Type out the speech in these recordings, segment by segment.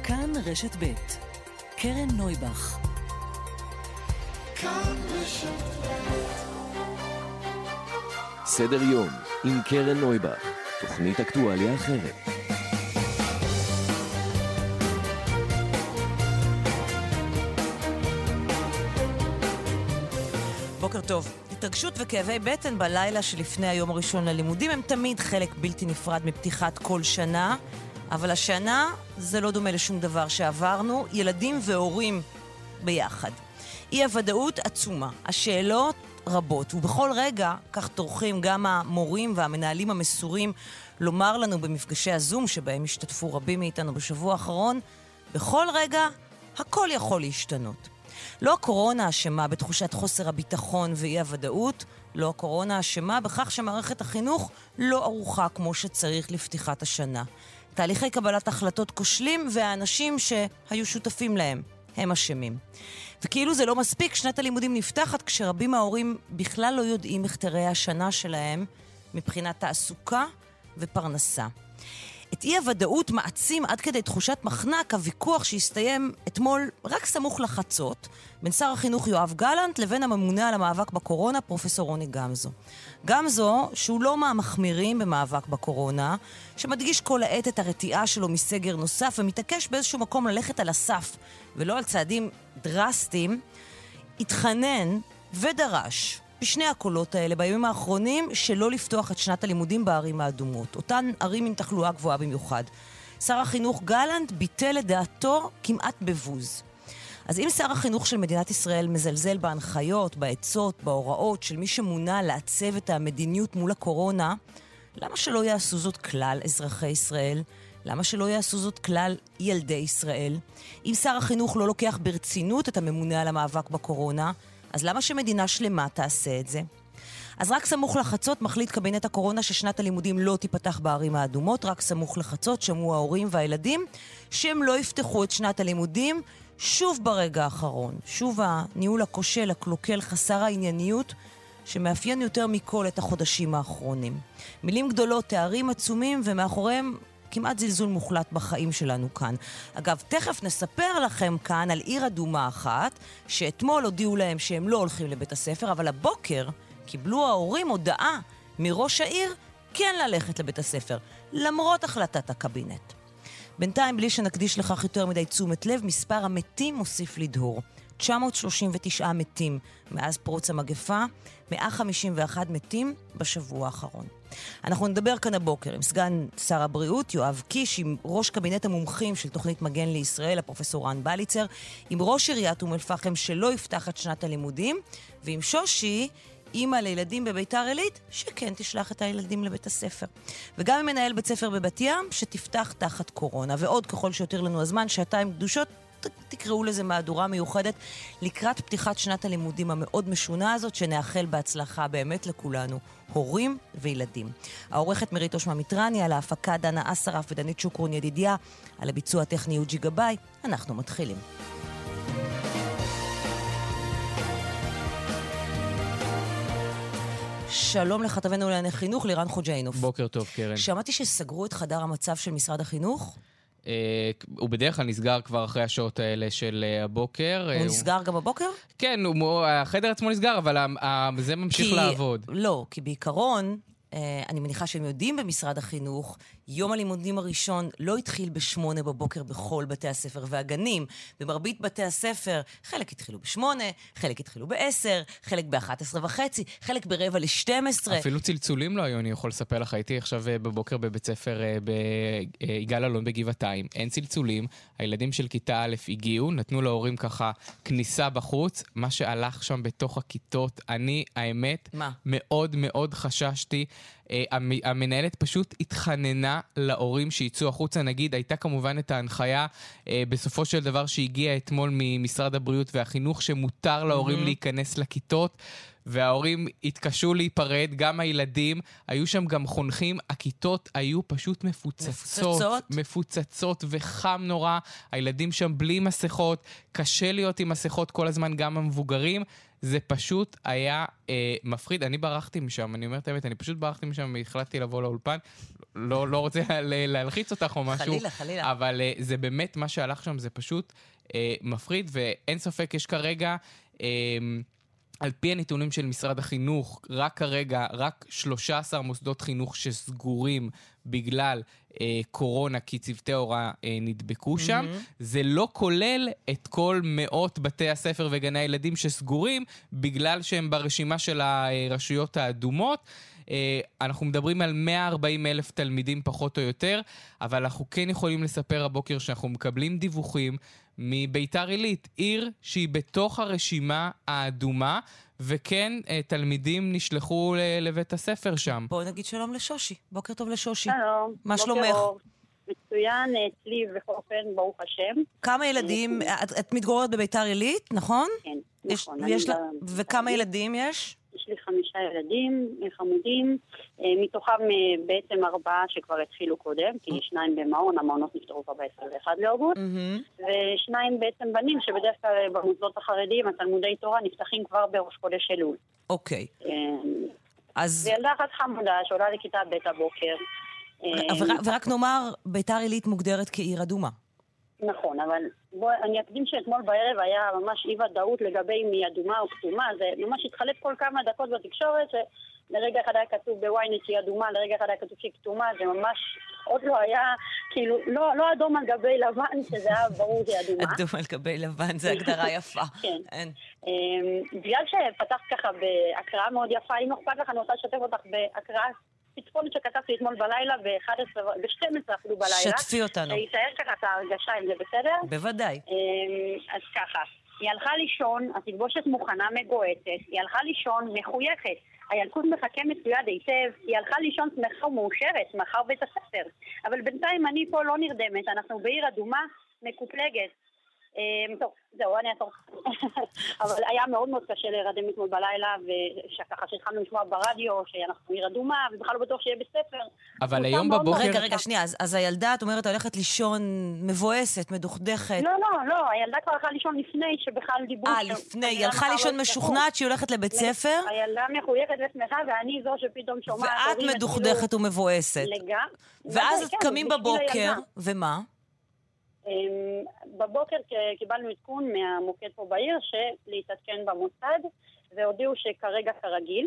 כאן רשת ב' קרן נויבך. כאן רשת ב'. סדר יום עם קרן נויבך, תוכנית אקטואליה אחרת. בוקר טוב. התרגשות וכאבי בטן בלילה שלפני היום הראשון ללימודים הם תמיד חלק בלתי נפרד מפתיחת כל שנה, אבל השנה זה לא דומה לשום דבר שעברנו, ילדים והורים ביחד. אי הוודאות עצומה, השאלות רבות, ובכל רגע כך טורחים גם המורים והמנהלים המסורים לומר לנו במפגשי הזום שבהם השתתפו רבים מאיתנו בשבוע האחרון, בכל רגע הכל יכול להשתנות. לא הקורונה אשמה בתחושת חוסר הביטחון ואי הוודאות, לא הקורונה אשמה בכך שמערכת החינוך לא ערוכה כמו שצריך לפתיחת השנה. תהליכי קבלת החלטות כושלים והאנשים שהיו שותפים להם הם אשמים. וכאילו זה לא מספיק, שנת הלימודים נפתחת כשרבים מההורים בכלל לא יודעים איך תראה השנה שלהם מבחינת תעסוקה ופרנסה. את אי הוודאות מעצים עד כדי תחושת מחנק הוויכוח שהסתיים אתמול רק סמוך לחצות בין שר החינוך יואב גלנט לבין הממונה על המאבק בקורונה פרופסור רוני גמזו. גמזו שהוא לא מהמחמירים במאבק בקורונה, שמדגיש כל העת את הרתיעה שלו מסגר נוסף ומתעקש באיזשהו מקום ללכת על הסף ולא על צעדים דרסטיים, התחנן ודרש בשני הקולות האלה בימים האחרונים שלא לפתוח את שנת הלימודים בערים האדומות, אותן ערים עם תחלואה גבוהה במיוחד. שר החינוך גלנט ביטל לדעתו כמעט בבוז. אז אם שר החינוך של מדינת ישראל מזלזל בהנחיות, בעצות, בהוראות של מי שמונה לעצב את המדיניות מול הקורונה, למה שלא יעשו זאת כלל אזרחי ישראל? למה שלא יעשו זאת כלל ילדי ישראל? אם שר החינוך לא לוקח ברצינות את הממונה על המאבק בקורונה, אז למה שמדינה שלמה תעשה את זה? אז רק סמוך לחצות מחליט קבינט הקורונה ששנת הלימודים לא תיפתח בערים האדומות, רק סמוך לחצות שמעו ההורים והילדים שהם לא יפתחו את שנת הלימודים שוב ברגע האחרון. שוב הניהול הכושל, הקלוקל, חסר הענייניות שמאפיין יותר מכל את החודשים האחרונים. מילים גדולות, תארים עצומים ומאחוריהם כמעט זלזול מוחלט בחיים שלנו כאן. אגב, תכף נספר לכם כאן על עיר אדומה אחת, שאתמול הודיעו להם שהם לא הולכים לבית הספר, אבל הבוקר קיבלו ההורים הודעה מראש העיר כן ללכת לבית הספר, למרות החלטת הקבינט. בינתיים, בלי שנקדיש לכך יותר מדי תשומת לב, מספר המתים מוסיף לדהור. 939 מתים מאז פרוץ המגפה, 151 מתים בשבוע האחרון. אנחנו נדבר כאן הבוקר עם סגן שר הבריאות יואב קיש, עם ראש קבינט המומחים של תוכנית מגן לישראל, הפרופסור רן בליצר, עם ראש עיריית אום אל-פחם שלא יפתח את שנת הלימודים, ועם שושי, אמא לילדים בביתר עילית, שכן תשלח את הילדים לבית הספר. וגם עם מנהל בית ספר בבת ים, שתפתח תחת קורונה. ועוד ככל שיותר לנו הזמן, שעתיים קדושות, תקראו לזה מהדורה מיוחדת, לקראת פתיחת שנת הלימודים המאוד משונה הזאת, שנאחל בהצלחה באמת לכולנו, הורים וילדים. העורכת מירית אושמה מיטרני, על ההפקה דנה אסרף ודנית שוקרון ידידיה, על הביצוע הטכני יוג'י גבאי. אנחנו מתחילים. שלום לכתבנו לענייני חינוך, לירן חוג'יינוף. בוקר טוב, קרן. שמעתי שסגרו את חדר המצב של משרד החינוך? הוא בדרך כלל נסגר כבר אחרי השעות האלה של הבוקר. הוא נסגר גם בבוקר? כן, החדר עצמו נסגר, אבל זה ממשיך לעבוד. לא, כי בעיקרון, אני מניחה שהם יודעים במשרד החינוך, יום הלימודים הראשון לא התחיל ב8 בבוקר בכל בתי הספר והגנים. במרבית בתי הספר, חלק התחילו ב8, חלק התחילו ב10, חלק ב11:30, חלק ב11:45. אפילו צלצולים לא היו, אני יכול לספר לך, הייתי עכשיו בבוקר בבית ספר ביגאל אלון בגבעתיים. אין צלצולים, הילדים של כיתה א' הגיעו, נתנו להורים ככה כניסה בחוץ, מה שהלך שם בתוך הכיתות, אני, האמת, מאוד מאוד חששתי. המנהלת פשוט התחננה להורים שיצאו החוצה. נגיד, הייתה כמובן את ההנחיה בסופו של דבר שהגיעה אתמול ממשרד הבריאות והחינוך שמותר להורים להיכנס לכיתות, וההורים התקשו להיפרד, גם הילדים, היו שם גם חונכים, הכיתות היו פשוט מפוצצות וחם נורא, הילדים שם בלי מסכות, קשה להיות עם מסכות כל הזמן, גם המבוגרים. זה פשוט היה מפחיד. אני ברחתי משם, אני אומר את האמת, אני פשוט ברחתי משם והחלטתי לבוא לאולפן. לא רוצה להלחיץ אותך או משהו. חלילה. אבל זה באמת, מה שהלך שם זה פשוט מפחיד, ואין ספק, יש כרגע... על פי הנתונים של משרד החינוך, רק 13 מוסדות חינוך שסגורים בגלל קורונה, כי צוותי הוראה נדבקו שם. זה לא כולל את כל מאות בתי הספר וגני הילדים שסגורים, בגלל שהם ברשימה של הרשויות האדומות. אנחנו מדברים על 140,000 תלמידים פחות או יותר, אבל אנחנו כן יכולים לספר הבוקר שאנחנו מקבלים דיווחים מביתר עילית, עיר שהיא בתוך הרשימה האדומה, וכן תלמידים נשלחו לבית הספר שם. בואו נגיד שלום לשושי. בוקר טוב לשושי. שלום. מה שלומך? מצוין, אצלי בכל אופן, ברוך השם. כמה ילדים, את מתגוררת בביתר עילית, נכון? כן, נכון. וכמה ילדים יש? יש לי 5 ילדים חמודים, מתוכם בעצם 4 שכבר התחילו קודם, כי 2 במעון, המעונות נפתרו כבר ב-21 לאוגוסט, ו2 בעצם בנים שבדרך כלל במוסדות החרדיים, התלמודי תורה נפתחים כבר בראש חודש אלול. אוקיי. וילדה אחת חמודה שעולה לכיתה ב' הבוקר. ורק נאמר, ביתר עילית מוגדרת כעיר אדומה. נכון, אבל אני אקדים שאתמול בערב היה ממש אי ודאות לגבי מי אדומה או כתומה, זה ממש התחלף כל כמה דקות בתקשורת, שלרגע אחד היה כתוב בוויינט שהיא אדומה, לרגע אחד היה כתוב שהיא כתומה, זה ממש עוד לא היה, כאילו, לא אדום על גבי לבן, שזה היה ברור שהיא אדומה. אדום על גבי לבן, זה הגדרה יפה. כן. בגלל שפתחת ככה בהקראה מאוד יפה, אם אכפת לך, אני רוצה לשתף אותך בהקראה פצפונת שכתבתי אתמול בלילה, ב-12 אפילו בלילה. שתפי אותנו. שישאר ככה את ההרגשה, אם זה בסדר? בוודאי. אז ככה, היא הלכה לישון, התלבושת מוכנה מגועצת, היא הלכה לישון מחויכת, הילקוט מחכה מצויד היטב, היא הלכה לישון שמחה ומאושרת, מחר בית הספר. אבל בינתיים אני פה לא נרדמת, אנחנו בעיר אדומה מקופלגת. טוב, זהו, אני אעצור. אבל היה מאוד מאוד קשה להירדם אתמול בלילה, וככה שהתחלנו לשמוע ברדיו שאנחנו עיר אדומה, ובכלל לא בטוח שיהיה בספר. אבל היום בבוקר... רגע, שנייה, אז הילדה, את אומרת, הולכת לישון מבואסת, מדוכדכת. לא, הילדה כבר הלכה לישון לפני שבכלל דיבור... לפני, היא הלכה לישון משוכנעת שהיא הולכת לבית ספר? הילדה מחויכת ושמחה, ואני זו שפתאום שומעת... ואת מדוכדכת ומבואסת. ואז קמים בבוקר, ומה? בבוקר קיבלנו עדכון מהמוקד פה בעיר שלהתעדכן במוסד, והודיעו שכרגע כרגיל,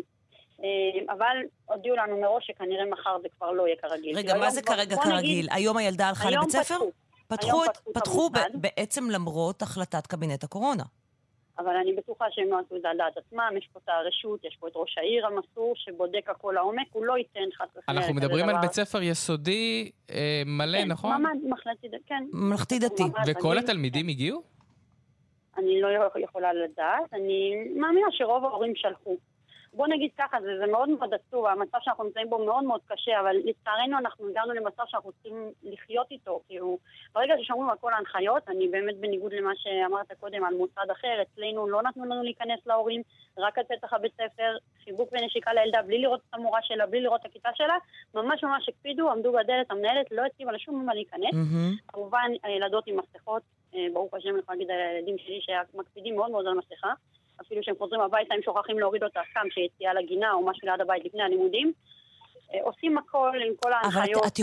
אבל הודיעו לנו מראש שכנראה מחר זה כבר לא יהיה כרגיל. רגע, מה זה כרגע כרגיל? היום הילדה הלכה לבית ספר? פתחו בעצם למרות החלטת קבינט הקורונה. אבל אני בטוחה שהם לא עשו את זה על דעת עצמם, יש פה את הרשות, יש פה את ראש העיר המסור שבודק הכל לעומק, הוא לא ייתן חס וחלילה. אנחנו מדברים על בית ספר יסודי מלא, נכון? כן, ממש מחלתי דתי, כן. ממלכתי דתי. וכל התלמידים הגיעו? אני לא יכולה לדעת, אני מאמינה שרוב ההורים שלחו. בוא נגיד ככה, זה מאוד מאוד עצוב, המצב שאנחנו נמצאים בו מאוד מאוד קשה, אבל לצערנו אנחנו הגענו למצב שאנחנו צריכים לחיות איתו, כאילו, ברגע ששמענו על כל ההנחיות, אני באמת בניגוד למה שאמרת קודם על מוסד אחר, אצלנו לא נתנו לנו להיכנס להורים, רק על פתח הבית ספר, חיבוק ונשיקה לילדה, בלי לראות את המורה שלה, בלי לראות את הכיתה שלה, ממש הקפידו, עמדו בדלת, המנהלת לא הציבה לשום מה להיכנס, כמובן הילדות עם מסכות, ברוך השם אני יכולה להגיד על הילדים שלי שמקפידים מאוד מאוד על מסכה, אפילו שהם חוזרים הביתה, הם שוכחים להוריד אותה סתם שיציאה לגינה או משהו ליד הבית לפני הלימודים. עושים הכל עם כל ההנחיות. אבל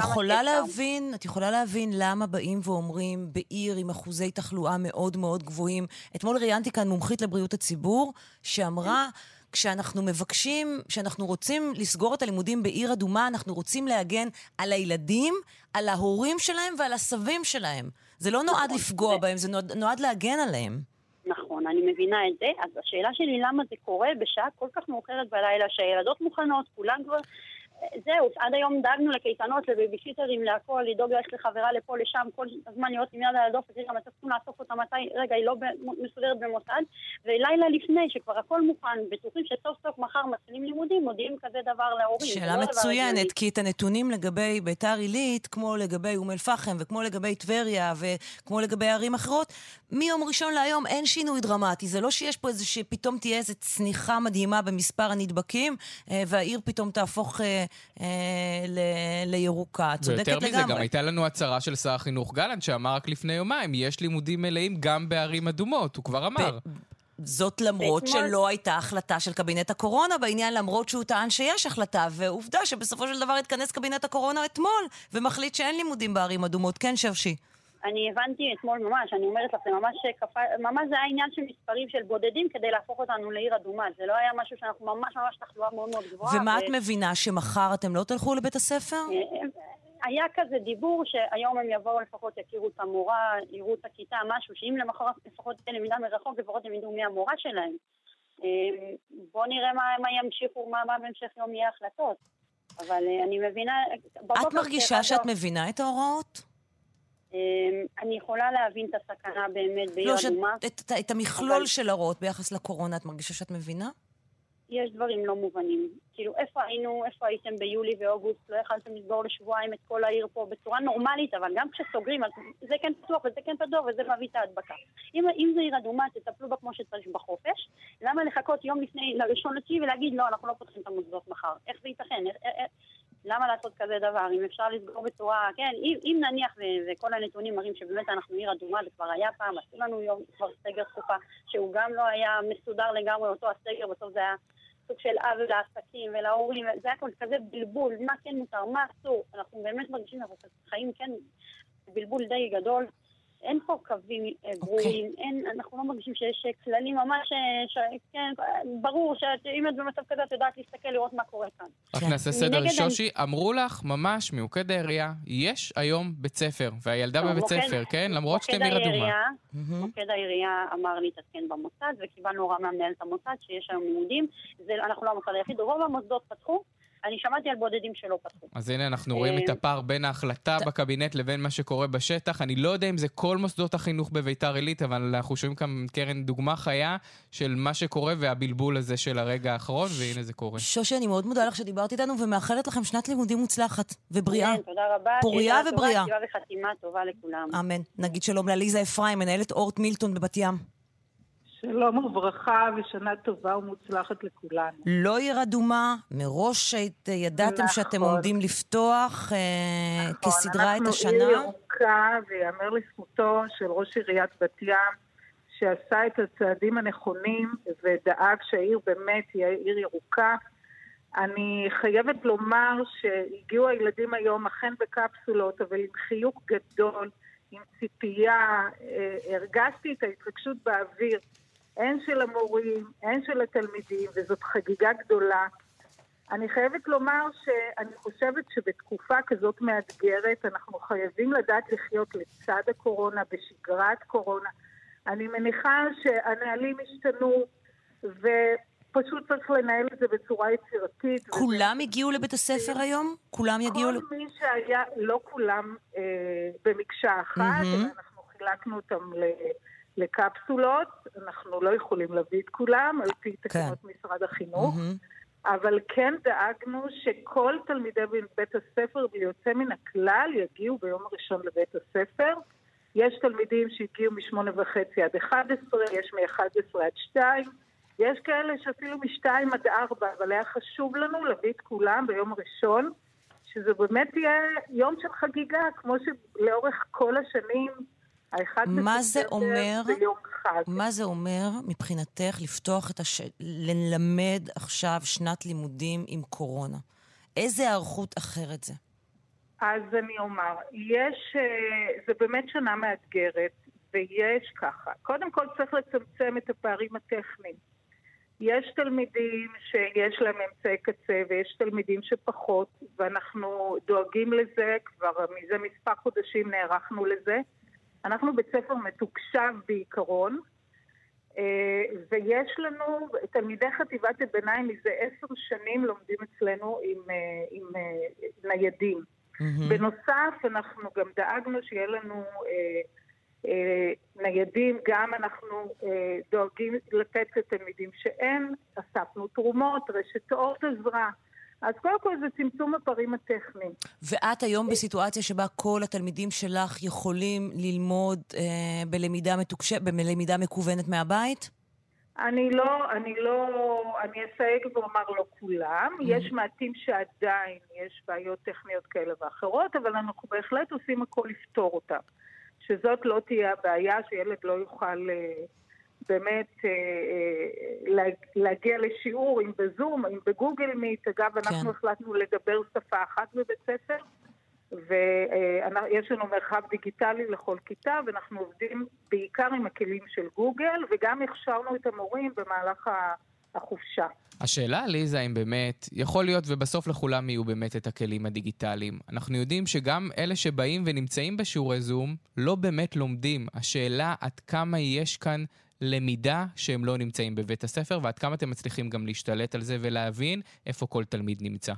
את יכולה להבין למה באים ואומרים בעיר עם אחוזי תחלואה מאוד מאוד גבוהים. אתמול ראיינתי כאן מומחית לבריאות הציבור, שאמרה, כשאנחנו מבקשים, כשאנחנו רוצים לסגור את הלימודים בעיר אדומה, אנחנו רוצים להגן על הילדים, על ההורים שלהם ועל הסבים שלהם. זה לא נועד לפגוע בהם, זה נועד להגן עליהם. נכון, אני מבינה את זה. אז השאלה שלי למה זה קורה בשעה כל כך מאוחרת בלילה, שהילדות מוכנות, כולן כבר... זהו, עד היום דאגנו לקייטנות, לבייביסיטרים, להכל, לדאוג ללכת לחברה לפה, לשם, כל הזמן להיות עם יד על הדופק, רגע, צריכים לאסוף אותה מתי, רגע, היא לא מסודרת במוסד, ולילה לפני, שכבר הכל מוכן, בטוחים שסוף סוף מחר מתחילים לימודים, מודיעים כזה דבר להורים. שאלה מצוינת, כי את הנתונים לגבי ביתר עילית, כמו לגבי אום אל-פחם, וכמו לגבי טבריה, וכמו לגבי ערים אחרות, מיום ראשון להיום אין שינוי דרמטי. זה לא שיש פה איזה שפתאום תהיה איזו צניחה מדהימה במספר הנדבקים, והעיר פתאום תהפוך לירוקה. צודקת לגמרי. ויותר מזה, גם הייתה לנו הצהרה של שר החינוך גלנט, שאמר רק לפני יומיים, יש לימודים מלאים גם בערים אדומות, הוא כבר אמר. זאת למרות ואתמול... שלא הייתה החלטה של קבינט הקורונה בעניין, למרות שהוא טען שיש החלטה, ועובדה שבסופו של דבר התכנס קבינט הקורונה אתמול, ומחליט שאין לימודים בערים אדומות. כן, שרשי. אני הבנתי אתמול ממש, אני אומרת לך, זה ממש זה היה עניין של מספרים של בודדים כדי להפוך אותנו לעיר אדומה. זה לא היה משהו שאנחנו ממש תחלואה מאוד מאוד גבוהה. ומה את מבינה, שמחר אתם לא תלכו לבית הספר? היה כזה דיבור שהיום הם יבואו לפחות יכירו את המורה, יראו את הכיתה, משהו, שאם למחרת לפחות תהיה למידה מרחוק, לפחות הם ידעו מי המורה שלהם. בואו נראה מה ימשיכו, מה בהמשך יום יהיה החלטות. אבל אני מבינה... את מרגישה שאת מבינה את ההוראות? אני יכולה להבין את הסכנה באמת בעיר אדומה. את המכלול של ההוראות ביחס לקורונה, את מרגישה שאת מבינה? יש דברים לא מובנים. כאילו, איפה הייתם ביולי ואוגוסט? לא יכלתם לסגור לשבועיים את כל העיר פה בצורה נורמלית, אבל גם כשסוגרים, זה כן פתוח וזה כן פתוח וזה מביא את ההדבקה. אם זה עיר אדומה, תטפלו בה כמו שצריך בחופש. למה לחכות יום לפני לראשון לציי ולהגיד, לא, אנחנו לא פותחים את המוסדות מחר? איך זה ייתכן? למה לעשות כזה דבר? אם אפשר לסגור בצורה, כן, אם נניח וכל הנתונים מראים שבאמת אנחנו עיר אדומה, זה כבר היה פעם, עשו לנו יום כבר סגר תקופה, שהוא גם לא היה מסודר לגמרי אותו הסגר, בסוף זה היה סוג של עוול לעסקים ולהורים, זה היה כזה בלבול, מה כן מותר, מה אסור, אנחנו באמת מרגישים, אנחנו חיים כן בלבול די גדול, אין פה קווים ברורים, אנחנו לא מרגישים שיש כללים ממש, כן, ברור שאם את במצב כזה, את יודעת להסתכל לראות מה קורה כאן. רק נעשה סדר, שושי, אמרו לך ממש ממוקד העירייה, יש היום בית ספר, והילדה בבית ספר, כן? למרות שאתם עיר אדומה. מוקד העירייה אמר להתעדכן במוסד, וקיבלנו הוראה מהמנהלת המוסד שיש היום לימודים, אנחנו לא המוסד היחיד, רוב המוסדות פתחו, אני שמעתי על בודדים שלא פתחו. אז הנה אנחנו רואים את הפער בין ההחלטה בקבינט לבין מה שקורה בשטח. אני לא יודע אם זה כל מוסדות החינוך בביתר עילית, אבל אנחנו שומעים כאן קרן דוגמה חיה של מה שקורה והבלבול הזה של הרגע האחרון, והנה זה קורה. שושי, אני מאוד מודה לך שדיברת איתנו ומאחלת לכם שנת לימודים מוצלחת ובריאה. תודה רבה. פוריה ובריאה. טובה וחתימה טובה לכולם. אמן. נגיד שלום לאליזה אפרים, מנהלת אורט מילטון בבת ים. שלום וברכה ושנה טובה ומוצלחת לכולנו. לא עיר אדומה, מראש ידעתם שאתם עומדים לפתוח כסדרה את השנה. אנחנו עיר ירוקה, ויאמר לזכותו של ראש עיריית בת ים, שעשה את הצעדים הנכונים ודאג שהעיר באמת היא עיר ירוקה. אני חייבת לומר שהגיעו הילדים היום אכן בקפסולות, אבל עם חיוך גדול, עם ציפייה, הרגשתי את ההתרגשות באוויר, הן של המורים, הן של התלמידים, וזאת חגיגה גדולה. אני חייבת לומר שאני חושבת שבתקופה כזאת מאתגרת, אנחנו חייבים לדעת לחיות לצד הקורונה, בשגרת קורונה. אני מניחה שהנהלים השתנו, ופשוט צריך לנהל את זה בצורה יצירתית. כולם הגיעו לבית הספר היום? כולם יגיעו... כל מי שהיה, לא כולם במקשה אחת, אנחנו חילקנו אותם לקפסולות, אנחנו לא יכולים להביא את כולם, על פי תקנות משרד החינוך, אבל כן דאגנו שכל תלמידי בית הספר, ביוצא מן הכלל, יגיעו ביום הראשון לבית הספר. יש תלמידים שהגיעו מ8:30 עד 11, יש מ11 עד 2, יש כאלה שאפילו מ2 עד 4, אבל היה חשוב לנו להביא את כולם ביום הראשון, שזה באמת יהיה יום של חגיגה, כמו שלאורך כל השנים, מה זה אומר מבחינתך לפתוח ללמד עכשיו שנת לימודים עם קורונה? איזה הערכות אחרת זה? אז אני אומר, זה באמת שנה מאתגרת, ויש ככה. קודם כל צריך לצמצם את הפערים הטכניים. יש תלמידים שיש להם אמצעי קצה, ויש תלמידים שפחות, ואנחנו דואגים לזה, כבר מזה מספר חודשים נערכנו לזה. אנחנו בית ספר מתוקשב בעיקרון, ויש לנו, תלמידי חטיבת הביניים מזה 10 שנים לומדים אצלנו עם ניידים. בנוסף, אנחנו גם דאגנו שיהיה לנו ניידים, גם אנחנו דואגים לתת לתלמידים שאין, אספנו תרומות, רשת אורט עזרה, אז קודם כל זה צמצום הפערים הטכניים. ואת היום בסיטואציה שבה כל התלמידים שלך יכולים ללמוד בלמידה מקוונת מהבית? אני אסייג ואומר לא כולם. יש מעטים שעדיין יש בעיות טכניות כאלה ואחרות, אבל אנחנו בהחלט עושים הכל לפתור אותם. שזאת לא תהיה הבעיה, שילד לא יוכל באמת להגיע לשיעור, אם בזום, אם בגוגל מיט. אגב, אנחנו החלטנו לדבר שפה אחת בבית ספר, ויש לנו מרחב דיגיטלי לכל כיתה, ואנחנו עובדים בעיקר עם הכלים של גוגל, וגם הכשרנו את המורים במהלך החופשה. השאלה, ליזה, אם באמת, יכול להיות ובסוף לכולם יהיו באמת את הכלים הדיגיטליים. אנחנו יודעים שגם אלה שבאים ונמצאים בשיעורי זום, לא באמת לומדים. השאלה עד כמה יש כאן למידה שהם לא נמצאים בבית הספר, ועד כמה אתם מצליחים גם להשתלט על זה ולהבין איפה כל תלמיד נמצא.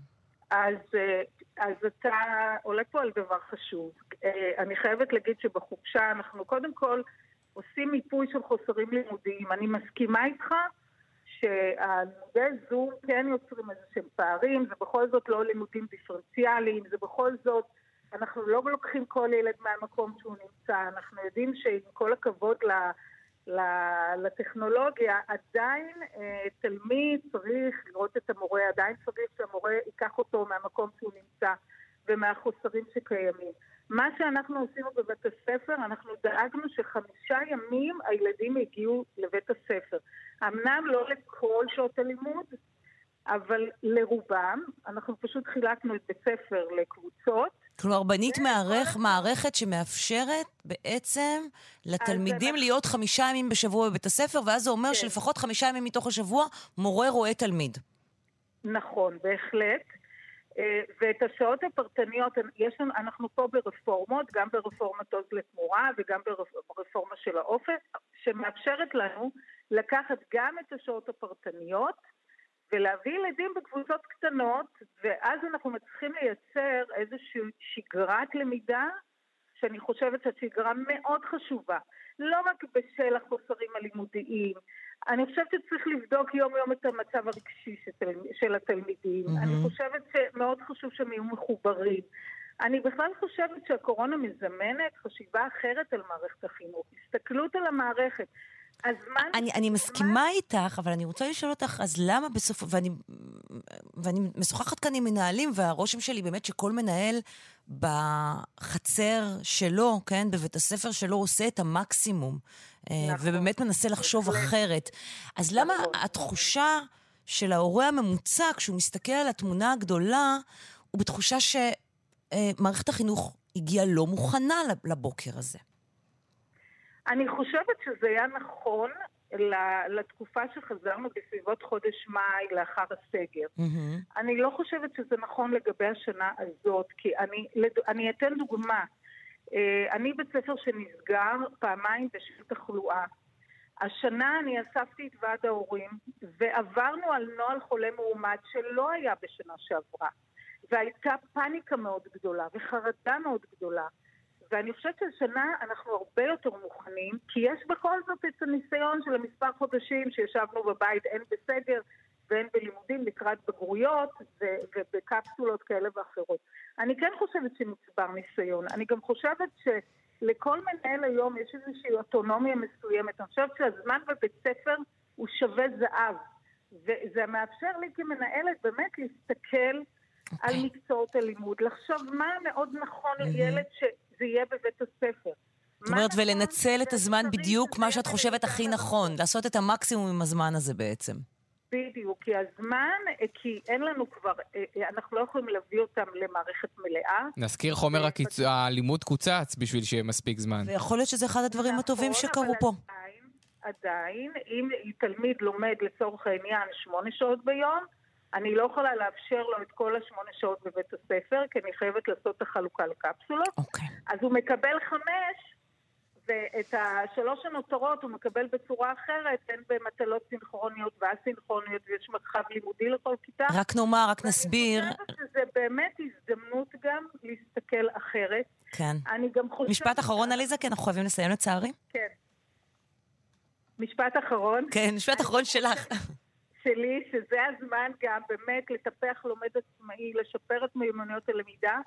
אז אתה עולה פה על דבר חשוב. אני חייבת להגיד שבחופשה אנחנו קודם כל עושים מיפוי של חוסרים לימודיים. אני מסכימה איתך שהלימודי זום כן יוצרים איזשהם פערים, זה בכל זאת לא לימודים דיפרנציאליים, זה בכל זאת, אנחנו לא לוקחים כל ילד מהמקום שהוא נמצא, אנחנו יודעים שעם כל הכבוד לטכנולוגיה, עדיין תלמיד צריך לראות את המורה, עדיין צריך שהמורה ייקח אותו מהמקום שהוא נמצא ומהחוסרים שקיימים. מה שאנחנו עשינו בבית הספר, אנחנו דאגנו ש5 ימים הילדים הגיעו לבית הספר. אמנם לא לכל שעות הלימוד, אבל לרובם, אנחנו פשוט חילקנו את בית ספר לקבוצות. כלומר, בנית מערכת שמאפשרת בעצם לתלמידים להיות 5 ימים בשבוע בבית הספר, ואז זה אומר שלפחות 5 ימים מתוך השבוע מורה רואה תלמיד. נכון, בהחלט. ואת השעות הפרטניות, אנחנו פה ברפורמות, גם ברפורמת עוז לתמורה וגם ברפורמה של האופק, שמאפשרת לנו לקחת גם את השעות הפרטניות ולהביא ילדים בקבוצות קטנות, ואז אנחנו מצליחים לייצר איזושהי שגרת למידה, שאני חושבת שהשגרה מאוד חשובה, לא רק בשל החוסרים הלימודיים. אני חושבת שצריך לבדוק יום יום את המצב הרגשי של התלמידים. אני חושבת שמאוד חשוב שהם יהיו מחוברים. אני בכלל חושבת שהקורונה מזמנת חשיבה אחרת על מערכת החינוך. הסתכלות על המערכת. אני מסכימה איתך, אבל אני רוצה לשאול אותך, אז למה בסוף, ואני משוחחת כאן עם מנהלים, והרושם שלי באמת שכל מנהל בחצר שלו, כן, בבית הספר שלו, עושה את המקסימום, ובאמת מנסה לחשוב אחרת. אז למה התחושה של ההורה הממוצע, כשהוא מסתכל על התמונה הגדולה, הוא בתחושה שמערכת החינוך הגיעה לא מוכנה לבוקר הזה? אני חושבת שזה היה נכון לתקופה שחזרנו בסביבות חודש מאי לאחר הסגר. אני לא חושבת שזה נכון לגבי השנה הזאת, כי אני אתן דוגמה. אני בית ספר שנסגר פעמיים בשביל תחלואה. השנה אני אספתי את ועד ההורים, ועברנו על נוהל חולה מאומת שלא היה בשנה שעברה. והייתה פאניקה מאוד גדולה וחרדה מאוד גדולה. ואני חושבת שהשנה אנחנו הרבה יותר מוכנים, כי יש בכל זאת את הניסיון של המספר חודשים שישבנו בבית, אין בסגר ואין בלימודים לקראת בגרויות ובקפסולות כאלה ואחרות. אני כן חושבת שנצבר ניסיון. אני גם חושבת שלכל מנהל היום יש איזושהי אוטונומיה מסוימת. אני חושבת שהזמן בבית ספר הוא שווה זהב. וזה מאפשר לי כמנהלת באמת להסתכל על מקצועות הלימוד, לחשוב מה מאוד נכון לילד זה יהיה בבית הספר. זאת אומרת, ולנצל את הזמן בדיוק מה שאת חושבת הכי נכון, לעשות את המקסימום עם הזמן הזה בעצם. בדיוק, כי הזמן, כי אין לנו כבר, אנחנו לא יכולים להביא אותם למערכת מלאה. נזכיר חומר הלימוד קוצץ בשביל שיהיה מספיק זמן. ויכול להיות שזה אחד הדברים הטובים שקרו פה. עדיין, אם תלמיד לומד לצורך העניין 8 שעות ביום, אני לא יכולה לאפשר לו את כל 8 שעות בבית הספר, כי אני חייבת לעשות את החלוקה לקפסולות. אז הוא מקבל 5, ואת 3 הנותרות הוא מקבל בצורה אחרת, אין במטלות סינכרוניות ואסינכרוניות, ויש מרחב לימודי לכל כיתה. רק נאמר, רק נסביר. אני חושבת שזה באמת הזדמנות גם להסתכל אחרת. כן. אני גם חושבת... משפט אחרון, עליזה, כי אנחנו חייבים לסיים לצערי. כן. משפט אחרון? כן, משפט אחרון שלך. שלי, שזה הזמן גם באמת לטפח לומד עצמאי, לשפר את מיומנויות הלמידה,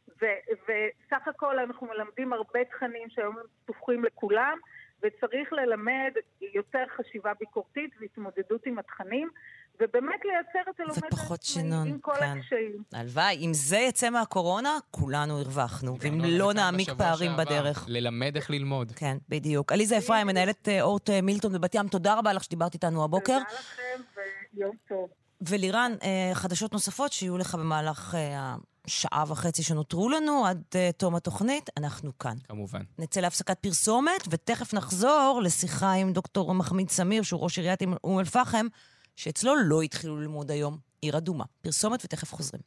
וסך הכל אנחנו מלמדים הרבה תכנים שהיום הם פתוחים לכולם, וצריך ללמד יותר חשיבה ביקורתית והתמודדות עם התכנים, ובאמת לייצר את הלומד ופחות שינון, עם כל כן. הקשיים. הלוואי, אם זה יצא מהקורונה, כולנו הרווחנו, ואם לא נעמיק פערים בדרך. ללמד איך ללמוד. כן, בדיוק. עליזה אפרים, מנהלת אורט מילטון בבת ים, תודה רבה לך שדיברת איתנו הבוקר. תודה לכם ויום טוב. ולירן, חדשות נוספות שיהיו לך במהלך השעה וחצי שנותרו לנו עד תום התוכנית, אנחנו כאן. כמובן. נצא להפסקת פרסומת, ותכף נחזור לשיחה עם דוקטור מחמיד סמיר, שהוא ראש עיריית אום אל-פחם, שאצלו לא התחילו ללמוד היום, עיר אדומה. פרסומת ותכף חוזרים.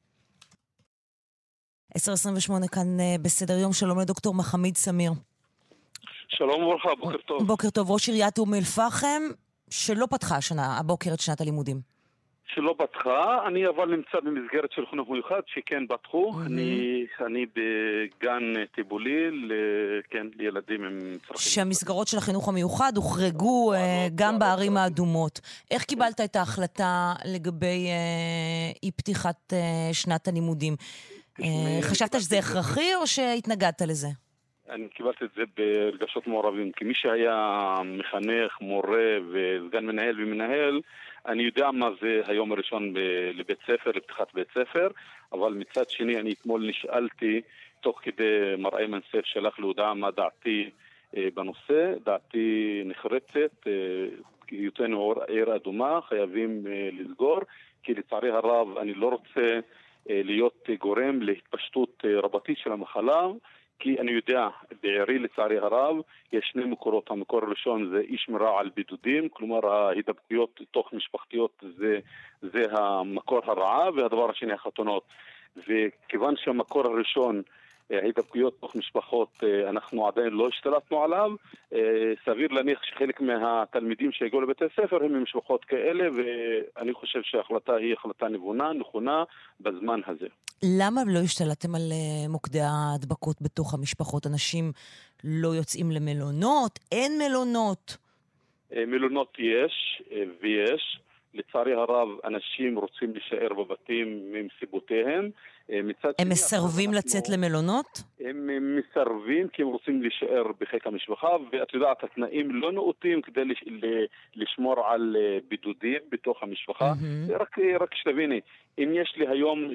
10:28 כאן בסדר יום, שלום לדוקטור מחמיד סמיר. שלום וברכה, בוקר טוב. בוקר טוב, ראש עיריית אום אל-פחם, שלא פתחה הבוקר את שנת הלימודים. שלא פתחה, אני אבל נמצא במסגרת של חינוך מיוחד שכן פתחו, אני בגן טיפולי, כן, לילדים עם צרכים. שהמסגרות של החינוך המיוחד הוחרגו גם בערים האדומות. איך קיבלת את ההחלטה לגבי אי פתיחת שנת הלימודים? חשבת שזה הכרחי או שהתנגדת לזה? אני קיבלתי את זה ברגשות מעורבים, כי מי שהיה מחנך, מורה וסגן מנהל ומנהל, אני יודע מה זה היום הראשון לבית ספר, לפתיחת בית ספר, אבל מצד שני אני אתמול נשאלתי, תוך כדי מר איימן סייף שלח להודעה מה דעתי בנושא, דעתי נחרצת, היותנו עיר אדומה, חייבים לסגור, כי לצערי הרב אני לא רוצה להיות גורם להתפשטות רבתית של המחלה, כי אני יודע, בעירי לצערי הרב, יש שני מקורות. המקור הראשון זה אי שמירה על בידודים, כלומר ההידבקויות תוך משפחתיות זה המקור הרעה, והדבר השני החתונות. וכיוון שהמקור הראשון, ההידבקויות תוך משפחות, אנחנו עדיין לא השתלטנו עליו, סביר להניח שחלק מהתלמידים שהגיעו לבתי הספר הם ממשפחות כאלה, ואני חושב שההחלטה היא החלטה נבונה, נכונה, בזמן הזה. למה לא השתלטתם על מוקדי ההדבקות בתוך המשפחות? אנשים לא יוצאים למלונות? אין מלונות? מלונות יש, ויש. לצערי הרב, אנשים רוצים להישאר בבתים מסיבותיהם. הם מסרבים לצאת למלונות? הם מסרבים כי הם רוצים להישאר בחיק המשפחה, ואת יודעת, התנאים לא נאותים כדי לשמור על בידודים בתוך המשפחה. רק שתביני, אם יש לי היום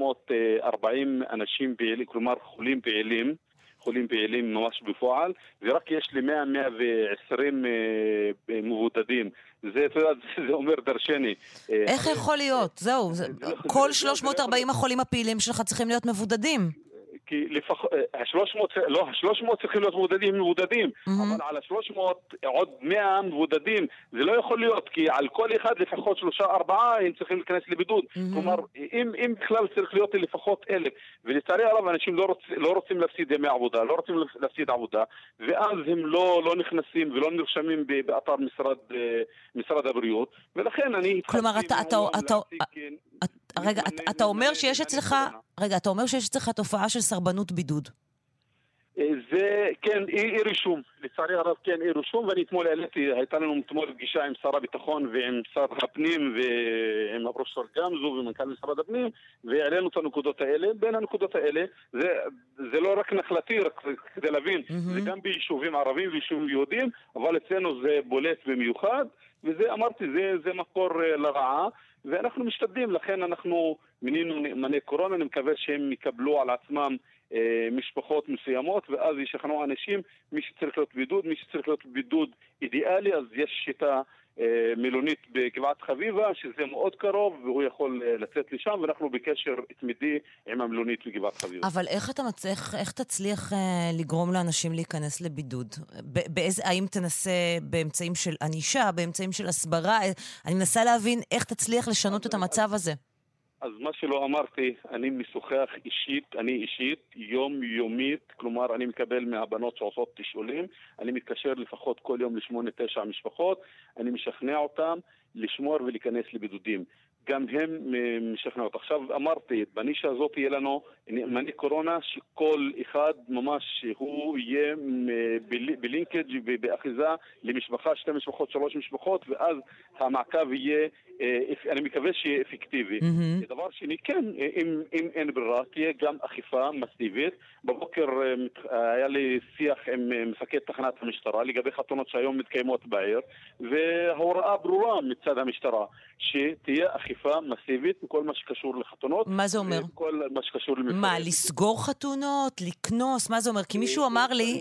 340 אנשים פעילים, כלומר חולים פעילים ממש בפועל, ורק יש לי 100-120 מבודדים. זה אומר דרשני. איך יכול להיות? זהו, כל 340 החולים הפעילים שלך צריכים להיות מבודדים. כי לפחות, 300 צריכים להיות מבודדים, אבל על 300 עוד 100 מבודדים, זה לא יכול להיות, כי על כל אחד לפחות 3-4 הם צריכים להיכנס לבידוד. כלומר, אם בכלל צריך להיות לפחות 1,000, ולצערי הרב אנשים לא רוצים להפסיד ימי עבודה, לא רוצים להפסיד עבודה, ואז הם לא נכנסים ולא נרשמים באתר משרד הבריאות, ולכן אני... כלומר, אתה אומר שיש אצלך תופעה של סרבנות בידוד. זה, כן, אי רישום. לצערי הרב, כן, אי רישום, ואני אתמול הייתה לנו אתמול פגישה עם שר הביטחון ועם שר הפנים ועם הפרופסור גמזו ומנכ"ל משרד הפנים, והעלינו את הנקודות האלה. בין הנקודות האלה, זה לא רק נחלתי, רק כדי להבין, זה גם ביישובים ערבים ויישובים יהודים, אבל אצלנו זה בולט במיוחד, וזה, אמרתי, זה מקור לרעה, ואנחנו משתדלים, לכן אנחנו מינינו נאמני קורונה, אני מקווה שהם יקבלו על עצמם משפחות מסוימות, ואז ישכנעו אנשים, מי שצריך להיות בידוד, מי שצריך להיות בידוד אידיאלי, אז יש שיטה מלונית בגבעת חביבה, שזה מאוד קרוב, והוא יכול לצאת לשם, ואנחנו בקשר תמידי עם המלונית בגבעת חביבה. אבל איך תצליח לגרום לאנשים להיכנס לבידוד? האם תנסה באמצעים של ענישה, באמצעים של הסברה? אני מנסה להבין איך תצליח לשנות את המצב הזה. אז מה שלא אמרתי, אני משוחח אישית, יומית, כלומר אני מקבל מהבנות שעושות תשאולים, אני מתקשר לפחות כל יום ל8-9 משפחות, אני משכנע אותם לשמור ולהיכנס לבידודים. גם הם משכנעות. עכשיו אמרתי, בנישה הזאת יהיה לנו נאמני קורונה, שכל אחד ממש הוא יהיה בלינקג' ובאחיזה למשפחה, 2 משפחות, 3 משפחות, ואז המעקב יהיה, אני מקווה שיהיה אפקטיבי. דבר שני, כן, אם אין ברירה, תהיה גם אכיפה מסיבית. בבוקר היה לי שיח עם מפקד תחנת המשטרה לגבי חתונות שהיום מתקיימות בעיר, וההוראה ברורה מצד המשטרה, שתהיה אכיפה מסיבית בכל מה שקשור לחתונות. מה זה אומר? כל מה שקשור למפעלים. מה, לסגור חתונות? לקנוס? מה זה אומר? כי מישהו אמר לי...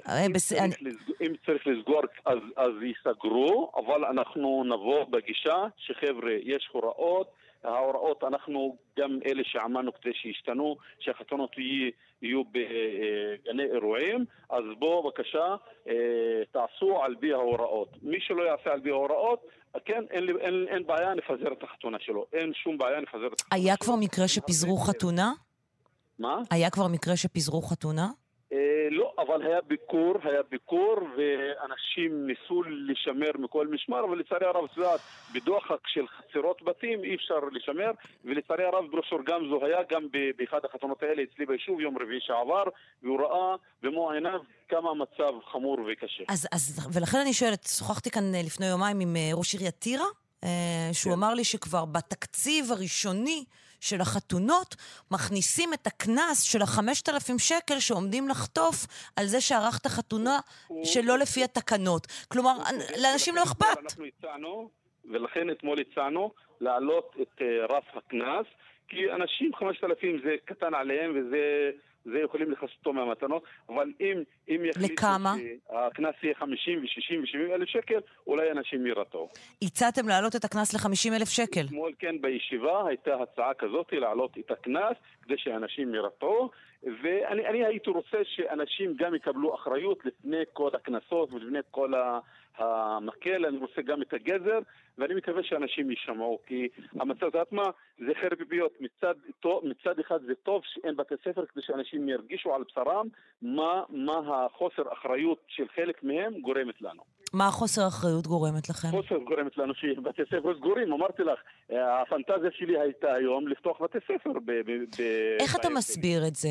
אם צריך לסגור, אז יסגרו, אבל אנחנו נבוא בגישה שחבר'ה, יש הוראות, ההוראות אנחנו גם אלה שעמלנו כדי שישתנו, שהחתונות יהיו בגני אירועים, אז בואו בבקשה תעשו על בי ההוראות. מי שלא יעשה על בי ההוראות, כן, אין בעיה, נפזר את החתונה שלו. אין שום בעיה, נפזר את החתונה שלו. היה כבר מקרה שפיזרו חתונה? מה? היה כבר מקרה שפיזרו חתונה? לא, אבל היה ביקור ואנשים ניסו לשמר מכל משמר, ולצערי הרב בדוחק של חצרות בתים אי אפשר לשמר, ולצערי הרב ברושור גמזו היה גם באחד החתונות האלה אצלי ביישוב יום רביעי שעבר, והוא ראה במו עיניו כמה המצב חמור וקשה. ולכן אני שואלת, שוחחתי כאן לפני יומיים עם ראש עיריית טירה, שהוא אמר לי שכבר בתקציב הראשוני של החתונות מכניסים את הכנס של 5,000 שקל שעומדים לחטוף על זה שערכת חתונה שלא לפי התקנות. כלומר, לאנשים לא אכפת. אנחנו הצענו, ולכן אתמול הצענו להעלות את רף הכנס, כי אנשים 5,000 זה קטן עליהם וזה יכולים לחסותו מהמתנות, אבל אם יחליטו שהכנס יהיה 50 ו-60 ו-70 אלף שקל, אולי אנשים ירתו. הצעתם להעלות את הכנס ל-50,000 שקל? אתמול כן בישיבה הייתה הצעה כזאת להעלות את הכנס כדי שאנשים ירתו, ואני הייתי רוצה שאנשים גם יקבלו אחריות לפני כל הכנסות ולפני כל המקל, אני רוצה גם את הגזר, ואני מקווה שאנשים יישמעו, כי המצב מה, זה חרב פיפיות. מצד אחד זה טוב שאין בתי ספר כדי שאנשים ירגישו על בשרם מה החוסר אחריות של חלק מהם גורמת לנו. מה החוסר אחריות גורמת לכם? חוסר גורמת לנו שבתי ספר סגורים. אמרתי לך, הפנטזיה שלי הייתה היום לפתוח בתי ספר. איך אתה מסביר את זה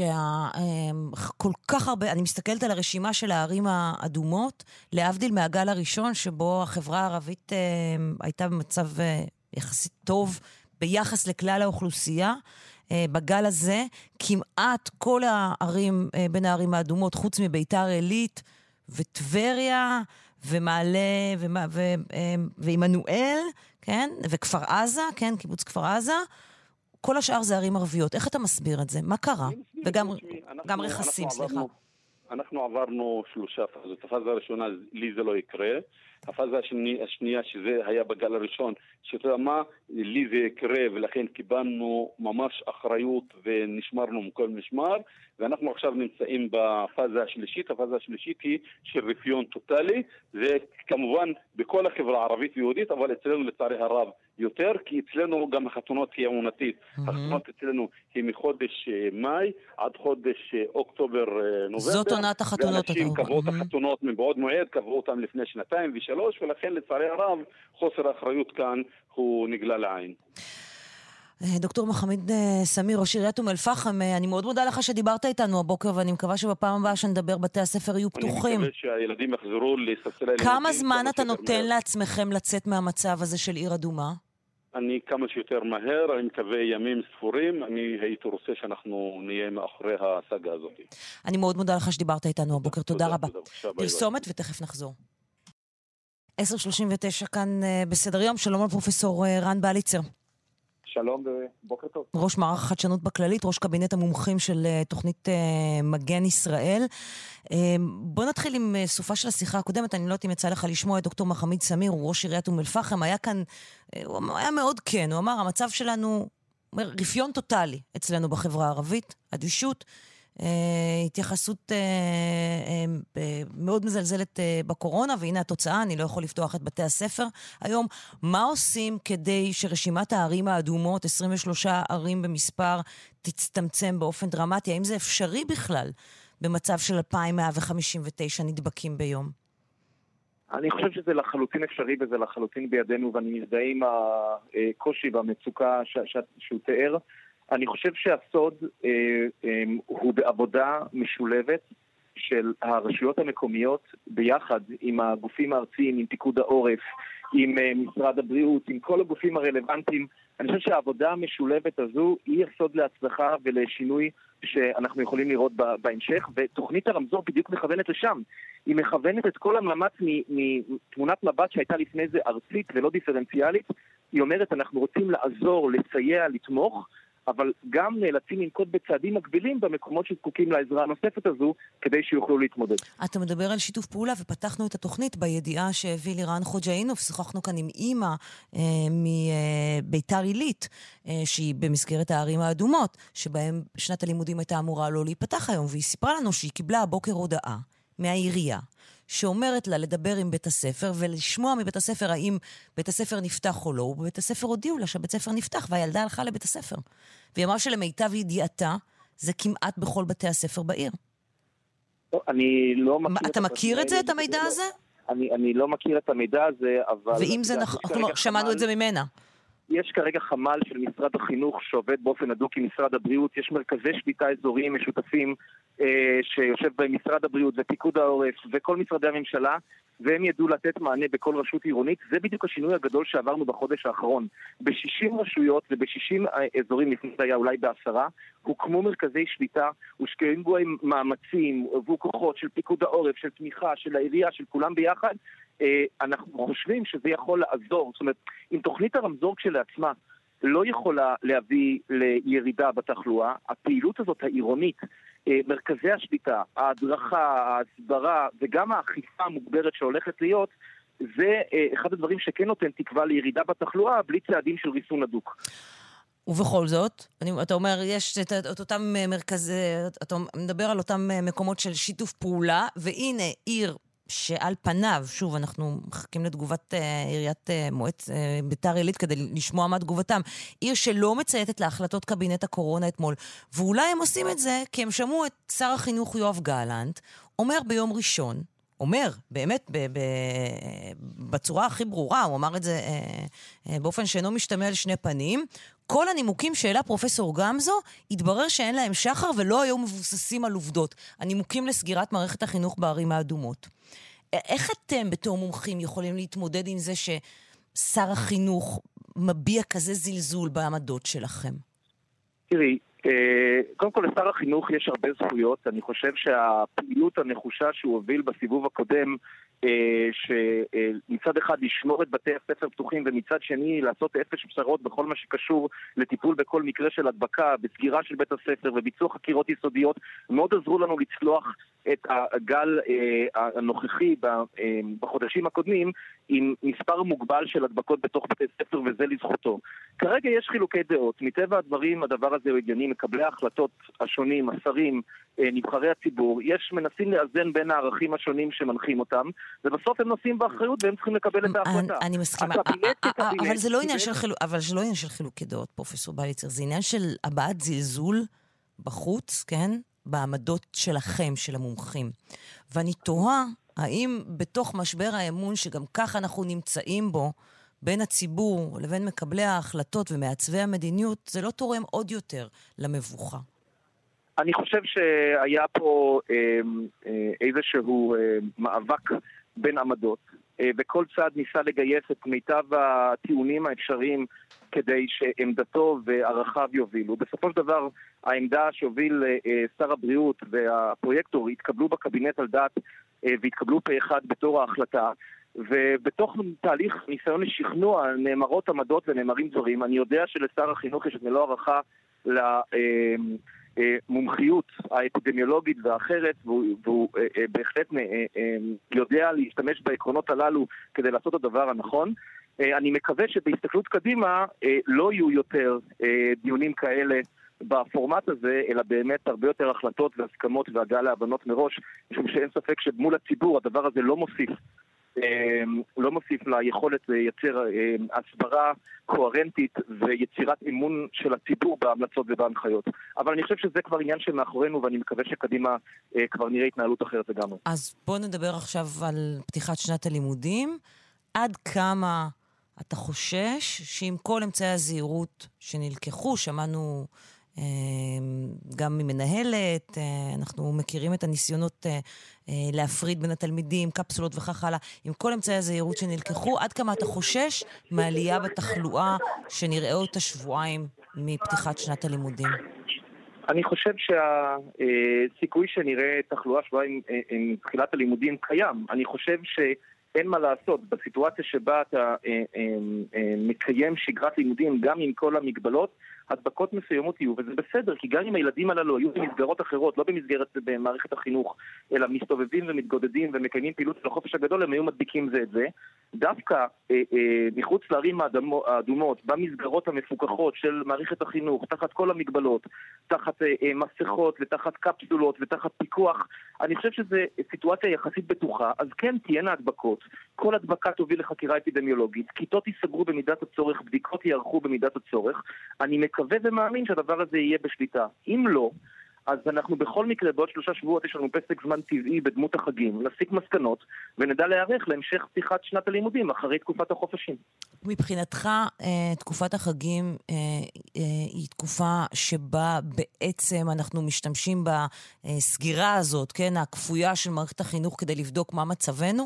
שכל כך הרבה, אני מסתכלת על הרשימה של הערים האדומות, להבדיל מהגל הראשון שבו החברה הערבית הייתה במצב יחסית טוב ביחס לכלל האוכלוסייה, בגל הזה כמעט כל הערים בין הערים האדומות, חוץ מביתר עילית וטבריה ומעלה ועמנואל, כן? וכפר עזה, כן? קיבוץ כפר עזה, כל השאר זה ערים ערביות. איך אתה מסביר את זה? מה קרה? וגם רכסים, סליחה. אנחנו עברנו 3 פאזות. הפאזה הראשונה, לי זה לא יקרה. הפאזה השנייה, שזה היה בגל הראשון, שאתה יודע מה, לי זה יקרה, ולכן קיבלנו ממש אחריות ונשמרנו מכל משמר, ואנחנו עכשיו נמצאים בפאזה השלישית. הפאזה השלישית היא של רפיון טוטלי, זה כמובן בכל החברה הערבית ויהודית, אבל אצלנו לצערי הרב יותר, כי אצלנו גם החתונות היא עונתית. החתונות אצלנו היא מחודש מאי עד חודש אוקטובר נובמבר. זאת עונת החתונות. ואנשים קבעו את החתונות מבעוד מועד, קבעו אותם לפני 2 ו3, ולכן לצערי הרב חוסר האחריות כאן הוא נגלה לעין. דוקטור מחמד סמיר, ראש עיריית אום אל-פחם, אני מאוד מודה לך שדיברת איתנו הבוקר, ואני מקווה שבפעם הבאה שנדבר בתי הספר יהיו פתוחים. אני מקווה שהילדים יחזרו לספסל הלימודים. כמה זמן אתה נותן לעצמכם לצאת מהמצב הזה של עיר אדומה? אני כמה שיותר מהר, אני מקווה ימים ספורים, אני הייתי רוצה שאנחנו נהיה מאחורי הסאגה הזאת. אני מאוד מודה לך שדיברת איתנו הבוקר, תודה רבה. פרסומת ותכף נחזור. 10:39 כאן בסדר יום, שלום לפרופסור רן בליצר. שלום ובוקר טוב. ראש מערך חדשנות בכללית, ראש קבינט המומחים של תוכנית מגן ישראל. בוא נתחיל עם סופה של השיחה הקודמת, אני לא יודעת אם יצא לך לשמוע את דוקטור מחמד סמיר, הוא ראש עיריית אום אל-פחם, היה כאן, הוא היה מאוד כן, הוא אמר, המצב שלנו, רפיון טוטלי אצלנו בחברה הערבית, אדישות, התייחסות מאוד מזלזלת בקורונה, והנה התוצאה, אני לא יכול לפתוח את בתי הספר היום. מה עושים כדי שרשימת הערים האדומות, 23 ערים במספר, תצטמצם באופן דרמטי? האם זה אפשרי בכלל במצב של 2,159 נדבקים ביום? אני חושב שזה לחלוטין אפשרי וזה לחלוטין בידינו, ואני מזדהה עם הקושי והמצוקה שהוא תיאר. אני חושב שהסוד הוא בעבודה משולבת של הרשויות המקומיות ביחד עם הגופים הארציים, עם פיקוד העורף, עם משרד הבריאות, עם כל הגופים הרלוונטיים. אני חושב שהעבודה המשולבת הזו היא הסוד להצלחה ולשינוי שאנחנו יכולים לראות בהמשך, ותוכנית הרמזור בדיוק מכוונת לשם. היא מכוונת את כל המאמץ מתמונת מבט שהייתה לפני זה ארצית ולא דיפרנציאלית. היא אומרת, אנחנו רוצים לעזור, לסייע, לתמוך, אבל גם נאלצים לנקוט בצעדים מקבילים במקומות שזקוקים לעזרה הנוספת הזו, כדי שיוכלו להתמודד. אתה מדבר על שיתוף פעולה, ופתחנו את התוכנית בידיעה שהביא לירן חוג'אינוב, שוחחנו כאן עם אימא מביתר עילית, שהיא במסגרת הערים האדומות, שבהם שנת הלימודים הייתה אמורה לא להיפתח היום, והיא סיפרה לנו שהיא קיבלה הבוקר הודעה מהעירייה, שאומרת לה לדבר עם בית הספר ולשמוע מבית הספר האם בית הספר נפתח או לא, ובבית הספר הודיעו לה שבית הספר נפתח, והילדה הלכה לבית הספר. והיא אמרה שלמיטב ידיעתה זה כמעט בכל בתי הספר בעיר. אני לא מכיר... אתה מכיר את זה, את המידע הזה? אני לא מכיר את המידע הזה, אבל... ואם זה נכון, כלומר, שמענו את זה ממנה. יש כרגע חמ"ל של משרד החינוך שעובד באופן הדוק עם משרד הבריאות, יש מרכזי שליטה אזוריים משותפים שיושב בהם משרד הבריאות ופיקוד העורף וכל משרדי הממשלה, והם ידעו לתת מענה בכל רשות עירונית. זה בדיוק השינוי הגדול שעברנו בחודש האחרון. ב-60 רשויות וב-60 אזורים, לפני זה היה אולי ב10, הוקמו מרכזי שליטה, הושקעים בו עם מאמצים וכוחות של פיקוד העורף, של תמיכה, של העירייה, של כולם ביחד. אנחנו חושבים שזה יכול לעזור. זאת אומרת, אם תוכנית הרמזור כשלעצמה לא יכולה להביא לירידה בתחלואה, הפעילות הזאת העירונית, מרכזי השליטה, ההדרכה, ההסברה וגם האכיפה המוגברת שהולכת להיות, זה אחד הדברים שכן נותן תקווה לירידה בתחלואה בלי צעדים של ריסון הדוק. ובכל זאת, אתה אומר, יש את אותם מרכזי, אתה מדבר על אותם מקומות של שיתוף פעולה, והנה עיר שעל פניו, שוב, אנחנו מחכים לתגובת עיריית ביתר עילית כדי לשמוע מה תגובתם, עיר שלא מצייתת להחלטות קבינט הקורונה אתמול, ואולי הם עושים את זה כי הם שמעו את שר החינוך יואב גלנט, אומר ביום ראשון, אומר, באמת, בצורה הכי ברורה, הוא אמר את זה באופן שאינו משתמע לשני פנים, כל הנימוקים שאלה פרופסור גמזו, התברר שאין להם שחר ולא היו מבוססים על עובדות. הנימוקים לסגירת מערכת החינוך בערים האדומות. איך אתם בתור מומחים יכולים להתמודד עם זה ששר החינוך מביע כזה זלזול בעמדות שלכם? תראי, קודם כל לשר החינוך יש הרבה זכויות. אני חושב שהפעילות הנחושה שהוא הוביל בסיבוב הקודם, שמצד אחד לשמור את בתי הספר פתוחים ומצד שני לעשות אפס פשרות בכל מה שקשור לטיפול בכל מקרה של הדבקה, בסגירה של בית הספר וביצוע חקירות יסודיות, מאוד עזרו לנו לצלוח את הגל הנוכחי בחודשים הקודמים עם מספר מוגבל של הדבקות בתוך בתי ספר, וזה לזכותו. כרגע יש חילוקי דעות. מטבע הדברים הדבר הזה הוא הגיוני, מקבלי ההחלטות השונים, השרים, נבחרי הציבור, מנסים לאזן בין הערכים השונים שמנחים אותם, ובסוף הם נושאים באחריות והם צריכים לקבל את ההחלטה. אני מסכימה, אבל זה לא עניין של חילוקי דעות, פרופסור בליצר, זה עניין של הבעת זלזול בחוץ, כן? בעמדות שלכם, של המומחים. ואני תוהה, האם בתוך משבר האמון שגם כך אנחנו נמצאים בו, בין הציבור לבין מקבלי ההחלטות ומעצבי המדיניות, זה לא תורם עוד יותר למבוכה. אני חושב שהיה פה איזשהו מאבק בין עמדות, וכל צד ניסה לגייס את מיטב הטיעונים האפשריים כדי שעמדתו וערכיו יובילו. בסופו של דבר, העמדה שהוביל שר הבריאות והפרויקטור התקבלו בקבינט על דעת והתקבלו פה אחד בתור ההחלטה, ובתוך תהליך ניסיון לשכנוע נאמרות עמדות ונאמרים דברים. אני יודע שלשר החינוך יש את מלוא הערכה למומחיות האפידמיולוגית והאחרת, והוא בהחלט יודע להשתמש בעקרונות הללו כדי לעשות את הדבר הנכון. אני מקווה שבהסתכלות קדימה לא יהיו יותר דיונים כאלה בפורמט הזה, אלא באמת הרבה יותר החלטות והסכמות והגעה להבנות מראש, משום שאין ספק שמול הציבור הדבר הזה לא מוסיף ליכולת לייצר הסברה קוהרנטית ויצירת אמון של הציבור בהמלצות ובהנחיות. אבל אני חושב שזה כבר עניין שמאחורינו, ואני מקווה שקדימה כבר נראה התנהלות אחרת לגמרי. אז בוא נדבר עכשיו על פתיחת שנת הלימודים. עד כמה אתה חושש שעם כל אמצעי הזהירות שנלקחו, שמענו גם ממנהלת, אנחנו מכירים את הניסיונות להפריד בין התלמידים, קפסולות וכך הלאה, עם כל אמצעי הזהירות שנלקחו, עד כמה אתה חושש מעלייה בתחלואה שנראה אותה שבועיים מפתיחת שנת הלימודים? אני חושב שהסיכוי שנראה תחלואה שבועיים מתחילת הלימודים קיים. אני חושב שאין מה לעשות בסיטואציה שבה אתה מקיים שגרת לימודים גם עם כל המגבלות, הדבקות מסוימות יהיו, וזה בסדר, כי גם אם הילדים הללו היו במסגרות אחרות, לא במסגרת במערכת החינוך, אלא מסתובבים ומתגודדים ומקיימים פעילות של החופש הגדול, הם היו מדביקים זה את זה. דווקא מחוץ לערים האדומות, במסגרות המפוקחות של מערכת החינוך, תחת כל המגבלות, תחת מסכות ותחת קפסולות ותחת פיקוח, אני חושב שזו סיטואציה יחסית בטוחה, אז כן תהיינה הדבקות. כל הדבקה תוביל לחקירה אפידמיולוגית, כיתות ייסגרו במידת הצורך, בדיקות יערכו במידת הצורך. אני מקווה ומאמין שהדבר הזה יהיה בשליטה. אם לא, אז אנחנו בכל מקרה, בעוד 3 שבועות יש לנו פסק זמן טבעי בדמות החגים, נסיק מסקנות, ונדע להיערך להמשך פתיחת שנת הלימודים אחרי תקופת החופשים. מבחינתך, תקופת החגים היא תקופה שבה בעצם אנחנו משתמשים בסגירה הזאת, כן, הכפויה של מערכת החינוך כדי לבדוק מה מצבנו?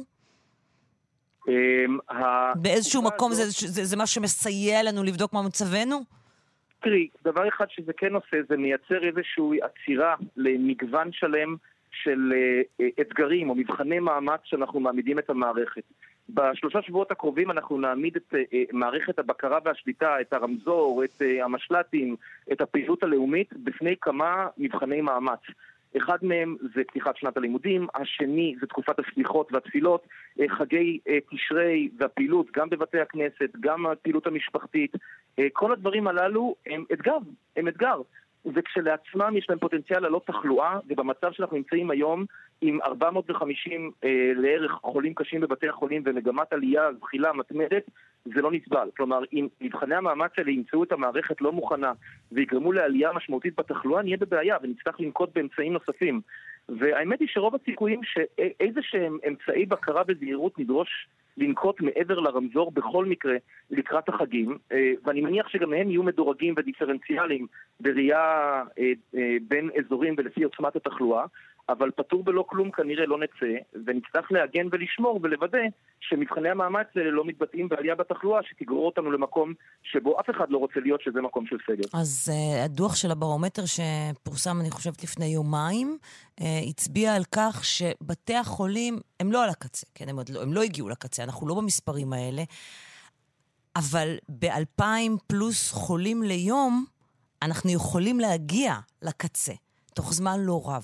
באיזשהו מקום זה מה שמסייע לנו לבדוק מה מצבנו? תראי, דבר אחד שזה כן עושה, זה מייצר איזושהי עצירה למגוון שלם של אתגרים או מבחני מאמץ שאנחנו מעמידים את המערכת. ב3 שבועות הקרובים אנחנו נעמיד את מערכת הבקרה והשליטה, את הרמזור, את המשלטים, את הפעילות הלאומית, בפני כמה מבחני מאמץ. אחד מהם זה פתיחת שנת הלימודים, השני זה תקופת הסליחות והתפילות, חגי תשרי והפעילות גם בבתי הכנסת, גם הפעילות המשפחתית, כל הדברים הללו הם אתגר, וכשלעצמם יש להם פוטנציאל לעלות תחלואה, ובמצב שאנחנו נמצאים היום עם 450 לערך חולים קשים בבתי החולים ומגמת עלייה זחילה מתמדת, זה לא נסבל. כלומר, אם מבחני המאמץ האלה ימצאו את המערכת לא מוכנה ויגרמו לעלייה משמעותית בתחלואה, נהיה בבעיה ונצטרך לנקוט באמצעים נוספים. והאמת היא שרוב הסיכויים שאיזה שהם אמצעי בקרה וזהירות נדרוש לנקוט מעבר לרמזור בכל מקרה לקראת החגים, ואני מניח שגם הם יהיו מדורגים ודיפרנציאליים בראייה בין אזורים ולפי עוצמת התחלואה, אבל פטור בלא כלום כנראה לא נצא, ונצטרך להגן ולשמור ולוודא שמבחני המאמץ האלה לא מתבטאים בעלייה בתחלואה שתגרור אותנו למקום שבו אף אחד לא רוצה להיות, שזה מקום של סגר. אז הדוח של הברומטר שפורסם, אני חושבת, לפני יומיים, הצביע על כך שבתי החולים הם לא על הקצה, כן? הם לא הגיעו לקצה, אנחנו לא במספרים האלה, אבל ב-2,000 פלוס חולים ליום, אנחנו יכולים להגיע לקצה, תוך זמן לא רב.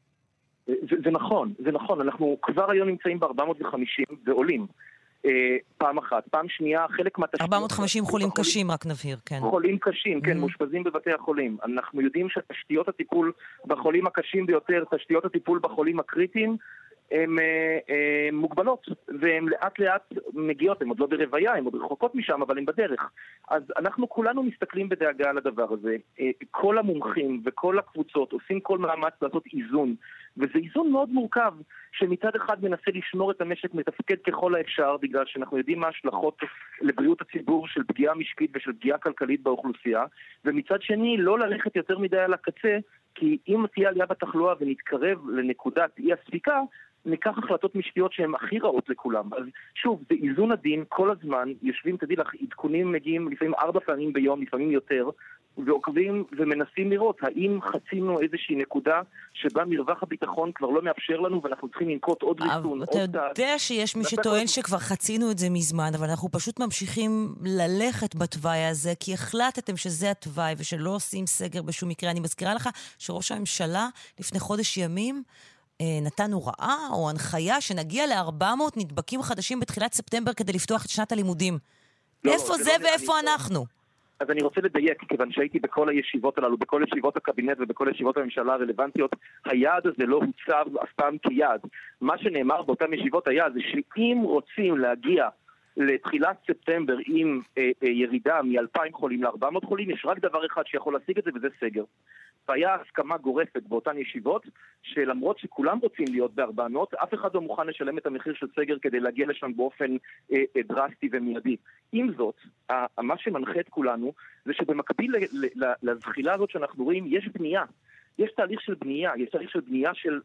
זה נכון, אנחנו כבר היום נמצאים ב-450 ועולים. פעם אחת. פעם שנייה, חלק מהתשתיות... 450 חולים קשים, רק נבהיר, כן. חולים קשים, כן, מושפזים בבתי החולים. אנחנו יודעים שתשתיות הטיפול בחולים הקשים ביותר, תשתיות הטיפול בחולים הקריטיים, הן מוגבלות, והן לאט לאט מגיעות, הן עוד לא ברוויה, הן עוד רחוקות משם, אבל הן בדרך. אז אנחנו כולנו מסתכלים בדאגה על הדבר הזה. כל המומחים וכל הקבוצות עושים כל מאמץ לעשות איזון, וזה איזון מאוד מורכב, שמצד אחד מנסה לשמור את המשק מתפקד ככל האפשר, בגלל שאנחנו יודעים מה ההשלכות לבריאות הציבור של פגיעה משקית ושל פגיעה כלכלית באוכלוסייה, ומצד שני לא ללכת יותר מדי על הקצה, כי אם תהיה עלייה בתחלואה ונתקרב לנקודת אי הספיקה, ניקח החלטות משקיות שהן הכי רעות לכולם. אז שוב, זה איזון הדין, כל הזמן יושבים, תדעי לך, עדכונים מגיעים לפעמים 4 פעמים ביום, לפעמים יותר, ועוקבים ומנסים לראות האם חצינו איזושהי נקודה שבה מרווח הביטחון כבר לא מאפשר לנו, ואנחנו צריכים לנקוט עוד ריסון. אתה יודע שיש מי שטוען שכבר חצינו את זה מזמן, אבל אנחנו פשוט ממשיכים ללכת בתוואי הזה, כי החלטתם שזה התוואי ושלא עושים סגר בשום מקרה. אני מזכירה לך שראש הממשלה לפני חודש ימים נתן הוראה או הנחיה שנגיע ל-400 נדבקים חדשים בתחילת ספטמבר כדי לפתוח את שנת הלימודים. איפה זה ואיפה אנחנו? אז אני רוצה לדייק, כיוון שהייתי בכל הישיבות הללו, בכל ישיבות הקבינט ובכל ישיבות הממשלה הרלוונטיות, היעד הזה לא הוצב אף פעם כיעד. מה שנאמר באותן ישיבות היה זה שאם רוצים להגיע לתחילת ספטמבר עם ירידה מ-2,000 חולים ל-400 חולים, יש רק דבר אחד שיכול להשיג את זה, וזה סגר. והיה הסכמה גורפת באותן ישיבות, שלמרות שכולם רוצים להיות ב-400, אף אחד לא מוכן לשלם את המחיר של סגר כדי להגיע לשם באופן דרסטי ומיידי. עם זאת, מה שמנחה את כולנו, זה שבמקביל לזחילה הזאת שאנחנו רואים, יש בנייה. יש תהליך של בנייה, יש תהליך של בנייה של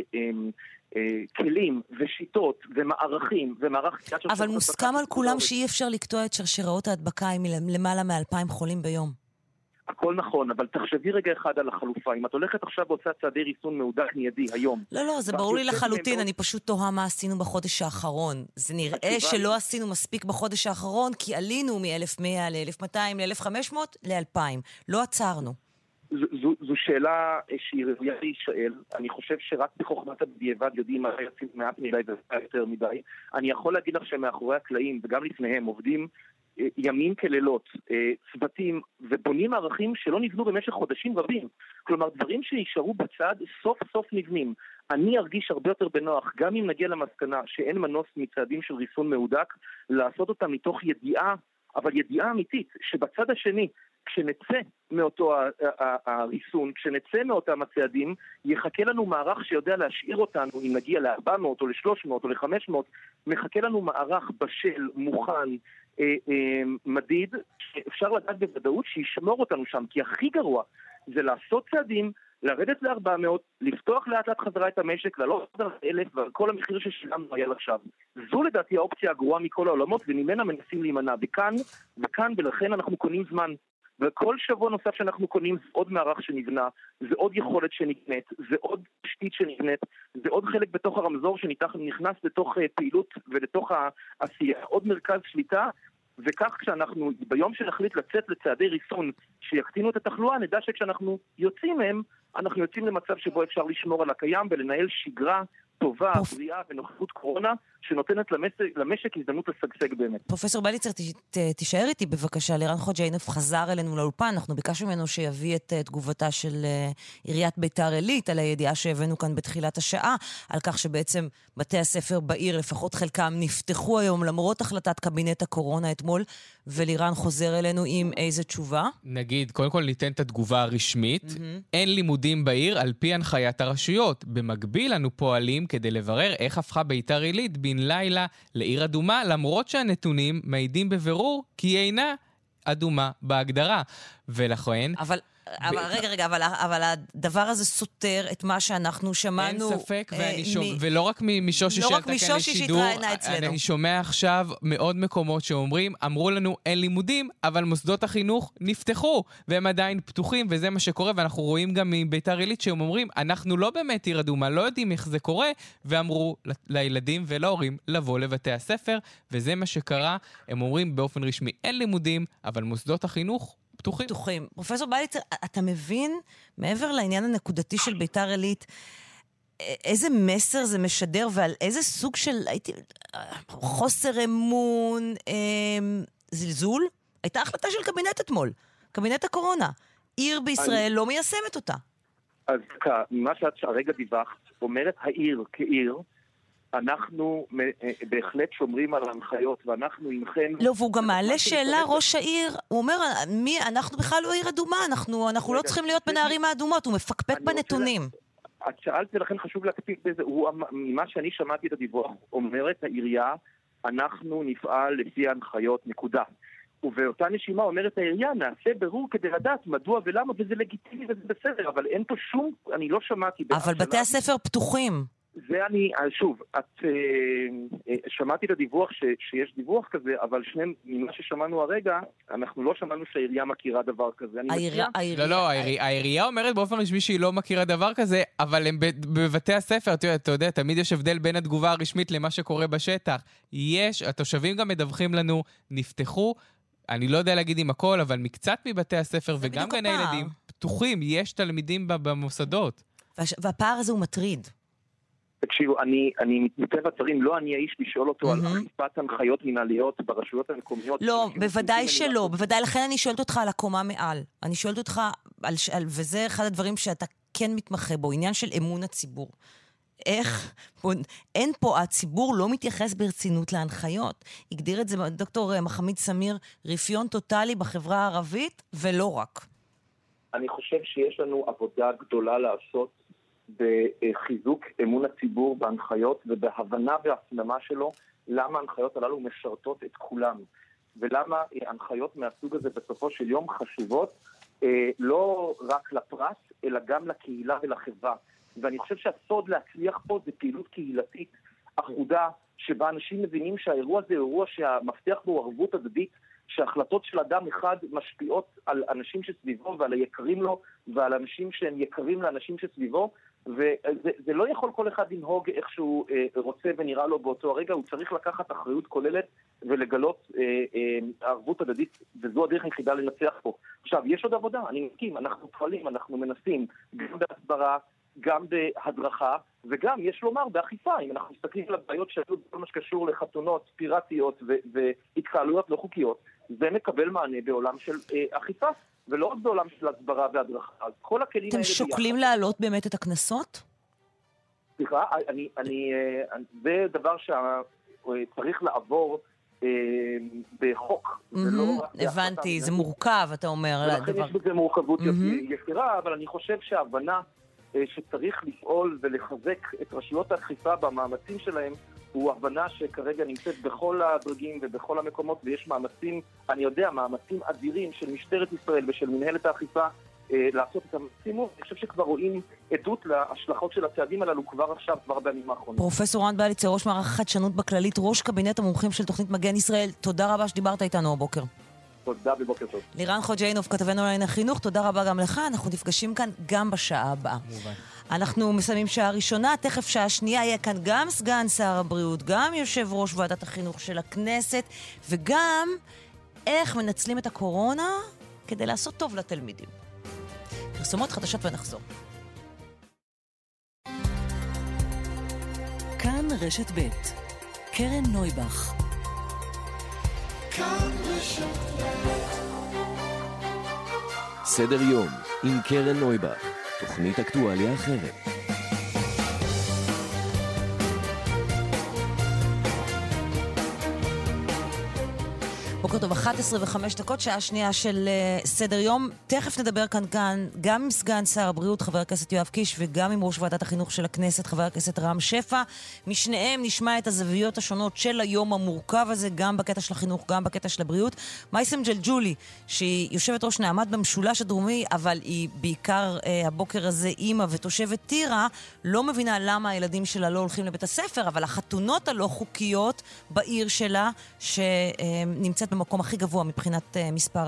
כלים ושיטות ומערכים ומערך... אבל מוסכם על כולם שאי אפשר לקטוע את שרשראות ההדבקה עם למעלה מ-2,000 חולים ביום. הכל נכון, אבל תחשבי רגע אחד על החלופה. אם את הולכת עכשיו ועושה צעדי ריסון מהודק מיידי היום... לא, זה ברור לי לחלוטין, אני פשוט תוהה מה עשינו בחודש האחרון. זה נראה שלא עשינו מספיק בחודש האחרון, כי עלינו מ-1,100 ל-1,200 ל-1,500 ל-2,000. לא עצרנו. זו שאלה שהיא ראויה להישאל. אני חושב שרק בחוכמת הבדיעבד יודעים מה יוצאים מעט מדי ויותר מדי. אני יכול להגיד לך שמאחורי הקלעים וגם לפניהם עובדים ימים כלילות, צוותים, ובונים מערכים שלא נבנו במשך חודשים רבים. כלומר, דברים שישארו בצד סוף סוף נבנים. אני ארגיש הרבה יותר בנוח, גם אם נגיע למסקנה שאין מנוס מצעדים של ריסון מהודק, לעשות אותם מתוך ידיעה, אבל ידיעה אמיתית, שבצד השני, כשנצא מאותו הריסון, כשנצא מאותם הצעדים, יחכה לנו מערך שיודע להשאיר אותנו, אם נגיע ל-400 או ל-300 או ל-500, מחכה לנו מערך בשל, מוכן, מדיד, שאפשר לדעת בוודאות שישמור אותנו שם, כי הכי גרוע זה לעשות צעדים, לרדת ל-400, לפתוח לאט לאט חזרה את המשק, לעלות על 1,000 ועל כל המחיר ששילמנו היה עכשיו. זו לדעתי האופציה הגרועה מכל העולמות, וממנה מנסים להימנע. וכאן, ולכן אנחנו קונים זמן. וכל שבוע נוסף שאנחנו קונים זה עוד מערך שנבנה, זה עוד יכולת שנקנית, זה עוד תשתית שנקנית, זה עוד חלק בתוך הרמזור שנכנס לתוך פעילות ולתוך העשייה, עוד מרכז שליטה, וכך כשאנחנו, ביום שנחליט לצאת לצעדי ריסון שיקטינו את התחלואה, נדע שכשאנחנו יוצאים מהם, אנחנו יוצאים למצב שבו אפשר לשמור על הקיים ולנהל שגרה טובה, בריאה ונוכחות קורונה, שנותנת למשק הזדמנות לשגשג באמת. פרופסור בליצר, תישאר איתי בבקשה. לירן חוג'יינוף חזר אלינו לאולפן, אנחנו ביקשנו ממנו שיביא את תגובתה של עיריית ביתר עילית, על הידיעה שהבאנו כאן בתחילת השעה, על כך שבעצם בתי הספר בעיר, לפחות חלקם, נפתחו היום למרות החלטת קבינט הקורונה אתמול, ולירן חוזר אלינו עם איזה תשובה? נגיד, קודם כל ניתן את התגובה הרשמית, אין לימודים בעיר על פי הנחיית הרשויות. במקביל אנו פועלים כדי לברר איך הפכה ביתר עילית בן לילה לעיר אדומה, למרות שהנתונים מעידים בבירור כי היא אינה אדומה בהגדרה. ולכן... רגע, אבל הדבר הזה סותר את מה שאנחנו שמענו... אין ספק, ולא רק משושי שאלת כאן לשידור, אני שומע עכשיו מאוד מקומות שאומרים, אמרו לנו אין לימודים, אבל מוסדות החינוך נפתחו, והם עדיין פתוחים, וזה מה שקורה, ואנחנו רואים גם מביתר עילית שהם אומרים, אנחנו לא באמת עיר אדומה, לא יודעים איך זה קורה, ואמרו לילדים ולהורים לבוא לבתי הספר, וזה מה שקרה, הם אומרים באופן רשמי אין לימודים, אבל מוסדות החינוך פתוחים. פרופסור בליצר, אתה מבין, מעבר לעניין הנקודתי של ביתר עילית, איזה מסר זה משדר ועל איזה סוג של חוסר אמון, זלזול? הייתה החלטה של קבינט אתמול, קבינט הקורונה. עיר בישראל לא מיישמת אותה. אז מה שאת הרגע דיווחת, אומרת העיר כעיר, אנחנו בהחלט שומרים על ההנחיות, ואנחנו עמכם... לא, והוא גם מעלה שאלה, ראש העיר, הוא אומר, אנחנו בכלל לא עיר אדומה, אנחנו לא צריכים להיות בין הערים האדומות, הוא מפקפק בנתונים. את שאלת ולכן חשוב להקפיד בזה, ממה שאני שמעתי את הדיווח, אומרת העירייה, אנחנו נפעל לפי ההנחיות, נקודה. ובאותה נשימה אומרת העירייה, נעשה ברור כדי לדעת מדוע ולמה, וזה לגיטימי וזה בסדר, אבל אין פה שום, אני לא שמעתי... אבל בתי הספר פתוחים. זה אני, שוב, את שמעתי את הדיווח שיש דיווח כזה, אבל ממה ששמענו הרגע, אנחנו לא שמענו שהעירייה מכירה דבר כזה. העירייה אומרת באופן רשמי שהיא לא מכירה דבר כזה, אבל הם בבתי הספר, אתה יודע, תמיד יש הבדל בין התגובה הרשמית למה שקורה בשטח. התושבים גם מדווחים לנו, נפתחו, אני לא יודע להגיד עם הכל, אבל מקצת מבתי הספר וגם גני ילדים פתוחים, יש תלמידים במוסדות. והפער הזה הוא מטריד. תקשיבו, אני מטבע הדברים, לא אני האיש לשאול אותו על אכיפת הנחיות מנהליות ברשויות המקומיות. לא, בוודאי שלא. בוודאי, לכן אני שואלת אותך על הקומה מעל. אני שואלת אותך, וזה אחד הדברים שאתה כן מתמחה בו, עניין של אמון הציבור. איך, אין פה, הציבור לא מתייחס ברצינות להנחיות. הגדיר את זה דוקטור מחמיד סמיר, רפיון טוטלי בחברה הערבית, ולא רק. אני חושב שיש לנו עבודה גדולה לעשות בחיזוק אמון הציבור בהנחיות ובהבנה והפנמה שלו למה ההנחיות הללו משרתות את כולם ולמה הנחיות מהסוג הזה בסופו של יום חשובות לא רק לפרט אלא גם לקהילה ולחברה. ואני חושב שהסוד להצליח פה זה פעילות קהילתית אחודה שבה אנשים מבינים שהאירוע זה אירוע שהמפתח בו הוא ערבות הדדית, שההחלטות של אדם אחד משפיעות על אנשים שסביבו ועל היקרים לו ועל אנשים שהם יקרים לאנשים שסביבו, וזה לא יכול כל אחד לנהוג איך שהוא רוצה ונראה לו באותו הרגע, הוא צריך לקחת אחריות כוללת ולגלות ערבות הדדית, וזו הדרך היחידה לנצח פה. עכשיו, יש עוד עבודה, אני מסכים, אנחנו פועלים, אנחנו מנסים גם בהסברה, גם בהדרכה, וגם, יש לומר, באכיפה. אם אנחנו מסתכלים על הבעיות שהיו בכל מה שקשור לחתונות פיראטיות והתקהלויות לא חוקיות, זה מקבל מענה בעולם של אכיפה, ולא רק בעולם של הסברה והדרכה. אז כל הכלים האלה... אתם שוקלים להעלות באמת את הקנסות? סליחה, זה דבר שצריך לעבור בחוק. הבנתי, זה מורכב, אתה אומר. ולכן יש בזה מורכבות יתרה, אבל אני חושב שההבנה שצריך לפעול ולחזק את רשויות האכיפה במאמצים שלהם, הוא הבנה שכרגע נמצאת בכל הדרגים ובכל המקומות, ויש מאמצים, אני יודע, מאמצים אדירים של משטרת ישראל ושל מנהלת האכיפה לעשות את המקסימום. אני חושב שכבר רואים עדות להשלכות של הצעדים הללו כבר עכשיו, כבר בימים האחרונים. פרופסור רן בליצר, ראש מערך חדשנות בכללית, ראש קבינט המומחים של תוכנית מגן ישראל, תודה רבה שדיברת איתנו הבוקר. תודה ובוקר טוב. לירן חוג'יינוב, כתבנו לעניין החינוך, תודה רבה גם לך, אנחנו נפגשים כאן גם בשעה הבאה. אנחנו מסיימים שעה ראשונה, תכף שעה שנייה, יהיה כאן גם סגן שר הבריאות, גם יושב ראש ועדת החינוך של הכנסת, וגם איך מנצלים את הקורונה כדי לעשות טוב לתלמידים. פרסומות חדשות ונחזור. כאן רשת ב' קרן נויבך. כאן רשת סדר יום עם קרן נויבך, תוכנית אקטואליה אחרת. בוקר טוב, 11:05, שעה שנייה של סדר יום. תכף נדבר כאן גם עם סגן שר הבריאות, חבר הכנסת יואב קיש, וגם עם ראש ועדת החינוך של הכנסת, חבר הכנסת רם שפע. משניהם נשמע את הזוויות השונות של היום המורכב הזה, גם בקטע של החינוך, גם בקטע של הבריאות. מייסם ג'לג'ולי, שהיא יושבת ראש נעמת במשולש הדרומי, אבל היא בעיקר הבוקר הזה אימא ותושבת טירה, לא מבינה למה הילדים שלה לא הולכים לבית הספר, אבל החתונות הלא חוקיות בעיר שלה, שנמצאת במקום הכי גבוה מבחינת מספר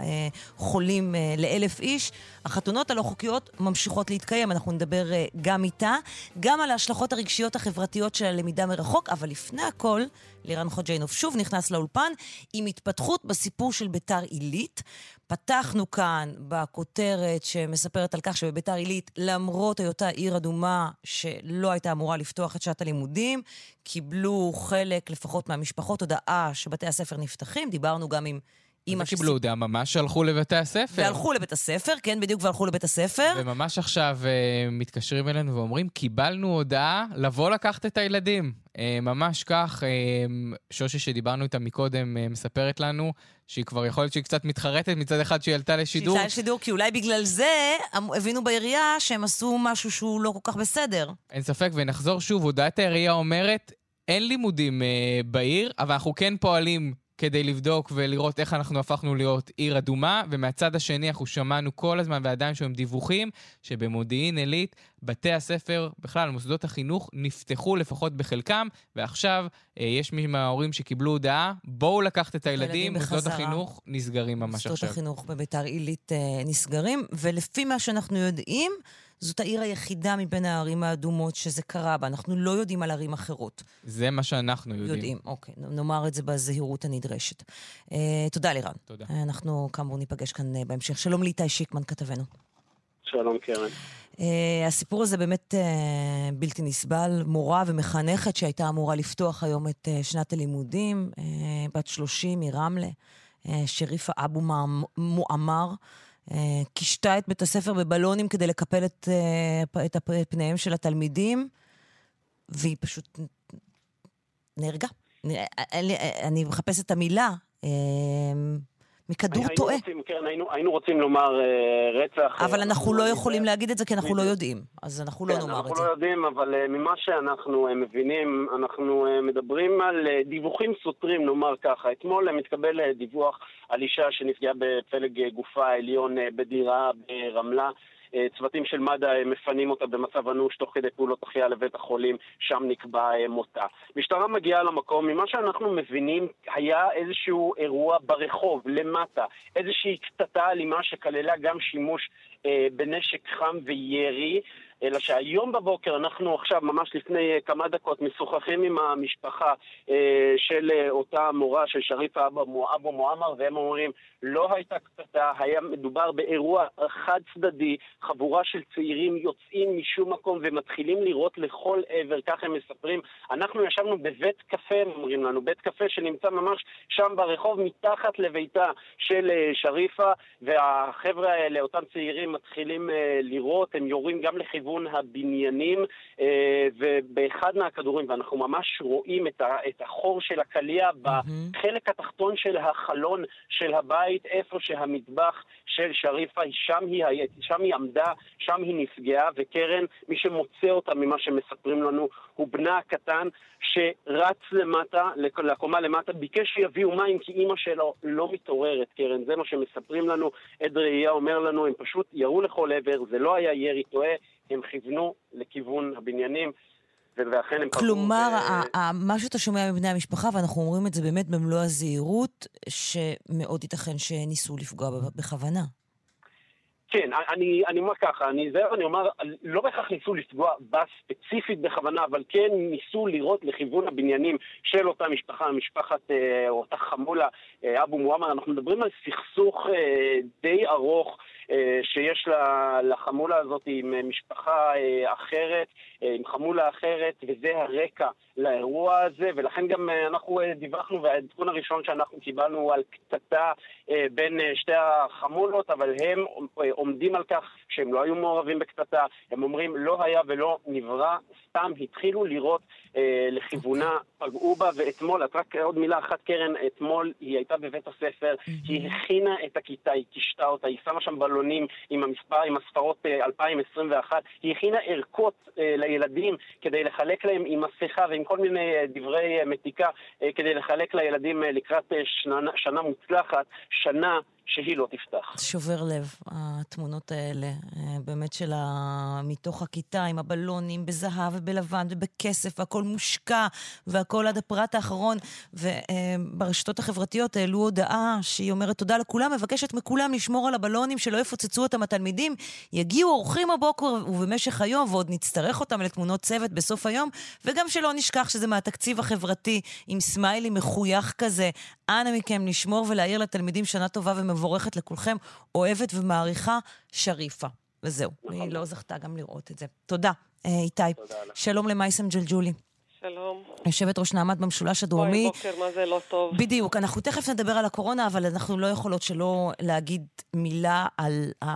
החולים ל-1,000 איש, החתונות הלא חוקיות ממשיכות להתקיים, אנחנו נדבר גם איתה, גם על ההשלכות הרגשיות החברתיות של הלמידה מרחוק, אבל לפני הכל, לירן חוג'יינוב שוב נכנס לאולפן עם התפתחות בסיפור של ביתר עילית. פתחנו כאן בכותרת שמספרת על כך שבביתר עילית, למרות היותה עיר אדומה שלא הייתה אמורה לפתוח את שעת הלימודים, קיבלו חלק לפחות מהמשפחות הודעה שבתי הספר נפתחים. דיברנו גם עם אמא קיבלו הודעה, ממש הלכו לבתי הספר. והלכו לבית הספר, כן, בדיוק, והלכו לבית הספר. וממש עכשיו מתקשרים אלינו ואומרים, קיבלנו הודעה לבוא לקחת את הילדים. ממש כך, שושי שדיברנו איתה מקודם מספרת לנו שהיא כבר יכולת שהיא קצת מתחרטת מצד אחד שהיא עלתה לשידור. שהיא עלתה לשידור, כי אולי בגלל זה הבינו בעירייה שהם עשו משהו שהוא לא כל כך בסדר. אין ספק, ונחזור שוב, הודעת העירייה אומרת, אין לימודים בעיר, אבל אנחנו כן פועלים כדי לבדוק ולראות איך אנחנו הפכנו להיות עיר אדומה, ומהצד השני אנחנו שמענו כל הזמן ועדיין שהם דיווחים שבמודיעין עילית בתי הספר, בכלל מוסדות החינוך, נפתחו לפחות בחלקם, ועכשיו יש מי מההורים שקיבלו הודעה, בואו לקחת את הילדים, מוסדות החינוך נסגרים ממש עכשיו. מוסדות החינוך בביתר עילית נסגרים, ולפי מה שאנחנו יודעים, זאת העיר היחידה מבין הערים האדומות שזה קרה בה. אנחנו לא יודעים על ערים אחרות. זה מה שאנחנו יודעים. אוקיי, נאמר את זה בזהירות הנדרשת. תודה לירן. תודה. אנחנו כאמור ניפגש כאן בהמשך. שלום לאיתי שיקמן, כתבנו. שלום קרן. הסיפור הזה באמת בלתי נסבל. מורה ומחנכת שהייתה אמורה לפתוח היום את שנת הלימודים, בת 30 מרמלה, שריפה אבו מועמר, קישתה את בית הספר בבלונים כדי לקפל את פניהם של התלמידים, והיא פשוט נהרגה. אני מחפשת את המילה, מכדור טועה. היינו רוצים לומר רצח. אבל אנחנו לא יכולים להגיד את זה כי אנחנו לא יודעים. אז אנחנו לא נאמר את זה. אנחנו לא יודעים, אבל ממה שאנחנו מבינים, אנחנו מדברים על דיווחים סותרים, נאמר ככה. אתמול מתקבל דיווח על אישה שנפגעה בפלג גופה העליון בדירה ברמלה. צוותים של מד"א מפנים אותה במצב אנוש תוך כדי פעולות החייאה לבית החולים, שם נקבע מותה. משטרה מגיעה למקום, ממה שאנחנו מבינים היה איזשהו אירוע ברחוב, למטה, איזושהי קטטה אלימה שכללה גם שימוש בנשק חם וירי, אלא שהיום בבוקר אנחנו עכשיו, ממש לפני כמה דקות, משוחחים עם המשפחה של אותה מורה של שריפה אבו מועמר, והם אומרים, לא הייתה קטטה, היה מדובר באירוע חד צדדי, חבורה של צעירים יוצאים משום מקום ומתחילים לראות לכל עבר, כך הם מספרים. אנחנו ישבנו בבית קפה, הם אומרים לנו, בית קפה שנמצא ממש שם ברחוב, מתחת לביתה של שריפה, והחבר'ה האלה, אותם צעירים, מתחילים לראות, הם יורים גם לכיוון הבניינים, ובאחד מהכדורים, ואנחנו ממש רואים את החור של הקליה בחלק התחתון של החלון של הבית, איפה שהמטבח של שריפה, שם היא עמדה, שם היא נפגעה, וקרן, מי שמוצא אותה ממה שמספרים לנו, הוא בנה הקטן שרץ למטה, לקומה למטה, ביקש שיביאו מים כי אמא שלו לא מתעוררת, קרן, זה מה שמספרים לנו. עד ראייה אומר לנו, הם פשוט ירו לכל עבר, זה לא היה ירי טועה, הם כיוונו לכיוון הבניינים, ואכן הם... כלומר, מה שאתה שומע מבני המשפחה, ואנחנו אומרים את זה באמת במלוא הזהירות, שמאוד ייתכן שניסו לפגוע בכוונה. כן, אני אומר ככה, אני אומר, לא בהכרח ניסו לפגוע בה ספציפית בכוונה, אבל כן ניסו לראות לכיוון הבניינים של אותה משפחה, משפחת אותה חמולה, אבו מועמר. אנחנו מדברים על סכסוך די ארוך שיש לחמולה הזאת עם משפחה אחרת, עם חמולה אחרת, וזה הרקע לאירוע הזה, ולכן גם אנחנו דיווחנו, והעדכון הראשון שאנחנו קיבלנו על קטטה בין שתי החמולות, אבל הם עומדים על כך שהם לא היו מעורבים בקטטה, הם אומרים לא היה ולא נברא, סתם התחילו לראות לכיוונה, פגעו בה, ואתמול, רק עוד מילה אחת קרן, אתמול היא הייתה בבית הספר, היא הכינה את הכיתה, היא קישתה אותה, היא שמה שם בלונים עם המספר, עם הספרות 2021, היא הכינה ערכות לילדים כדי לחלק להם עם מסכה ועם כל מיני דברי מתיקה, כדי לחלק לילדים לקראת שנה מוצלחת, שנה שהיא לא תפתח. שובר לב, התמונות האלה, באמת מתוך הכיתה, עם הבלונים, בזהב ובלבן ובכסף, והכל מושקע, והכל עד הפרט האחרון, וברשתות החברתיות העלו הודעה שהיא אומרת תודה לכולם, מבקשת מכולם לשמור על הבלונים, שלא יפוצצו אותם התלמידים, יגיעו אורחים הבוקר ובמשך היום, ועוד נצטרך אותם לתמונות צוות בסוף היום, וגם שלא נשכח שזה מהתקציב החברתי, עם סמיילי מחוייך כזה, אנא מכם לשמור ולהעיר לתלמידים שנה טובה ומבורכת לכולכם, אוהבת ומעריכה שריפה. וזהו, היא לא זכתה גם לראות את זה. תודה, איתי. שלום למייסם ג'לג'ולי. שלום. יושבת ראש נעמת במשולש הדרומי. בוקר, מה זה לא טוב. בדיוק, אנחנו תכף נדבר על הקורונה, אבל אנחנו לא יכולות שלא להגיד מילה על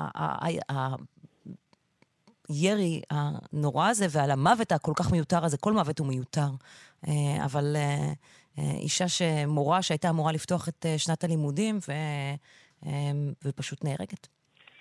הירי הנורא הזה, ועל המוות הכל כך מיותר הזה. כל מוות הוא מיותר. אבל אישה מורה שהייתה אמורה לפתוח את שנת הלימודים, ופשוט נהרגת.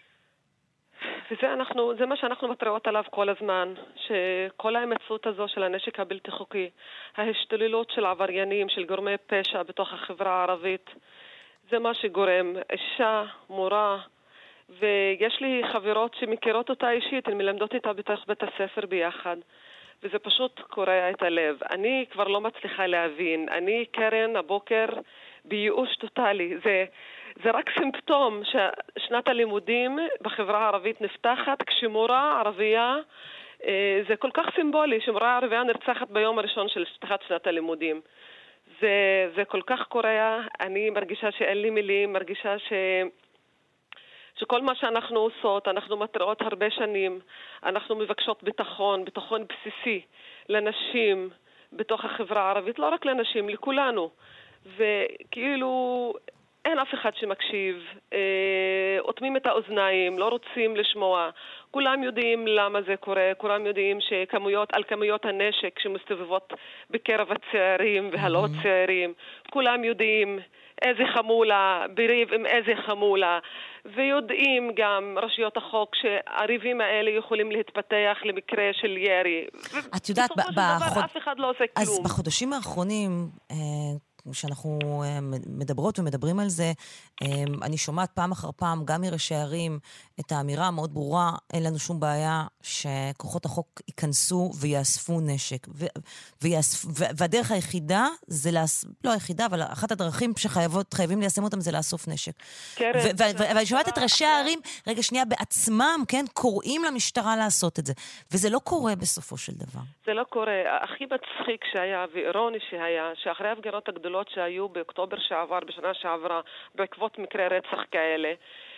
וזה מה שאנחנו מתריעות עליו כל הזמן, שכל ההימצאות הזו של הנשק הבלתי חוקי, ההשתוללות של עבריינים, של גורמי פשע בתוך החברה הערבית, זה מה שגורם. אישה, מורה, ויש לי חברות שמכירות אותה אישית, הן מלמדות איתה בתוך בית הספר ביחד, וזה פשוט קורע את הלב. אני כבר לא מצליחה להבין. אני, קרן, הבוקר בייאוש טוטלי. זה רק סימפטום ששנת הלימודים בחברה הערבית נפתחת כשמורה ערבייה, זה כל כך סימבולי שמורה ערבייה נרצחת ביום הראשון של פתיחת שנת הלימודים. זה כל כך קורע, אני מרגישה שאין לי מילים, מרגישה שכל מה שאנחנו עושות, אנחנו מתריעות הרבה שנים, אנחנו מבקשות ביטחון בסיסי לנשים בתוך החברה הערבית, לא רק לנשים, לכולנו. וכאילו אין אף אחד שמקשיב, אוטמים את האוזניים, לא רוצים לשמוע. כולם יודעים למה זה קורה, כולם יודעים על כמויות הנשק שמסתובבות בקרב הצעירים והלא צעירים. כולם יודעים איזה חמולה, בריב עם איזה חמולה. ויודעים גם רשויות החוק שהריבים האלה יכולים להתפתח למקרה של ירי. את יודעת, אף אחד לא עושה כלום. אז בחודשים האחרונים, שאנחנו מדברות ומדברים על זה, אני שומעת פעם אחר פעם, גם מראשי ערים, את האמירה המאוד ברורה, אין לנו שום בעיה שכוחות החוק ייכנסו ויאספו נשק. והדרך היחידה, לא היחידה, אבל אחת הדרכים שחייבים ליישם אותם זה לאסוף נשק. ואני שומעת את ראשי הערים, רגע שנייה, בעצמם, כן, קוראים למשטרה לעשות את זה. וזה לא קורה בסופו של דבר. זה לא קורה. הכי מצחיק שהיה, ואירוני שהיה, שאחרי ההפגנות הגדולות שהיו באוקטובר שעבר, בשנה שעברה, בעקבות מקרי רצח כאלה,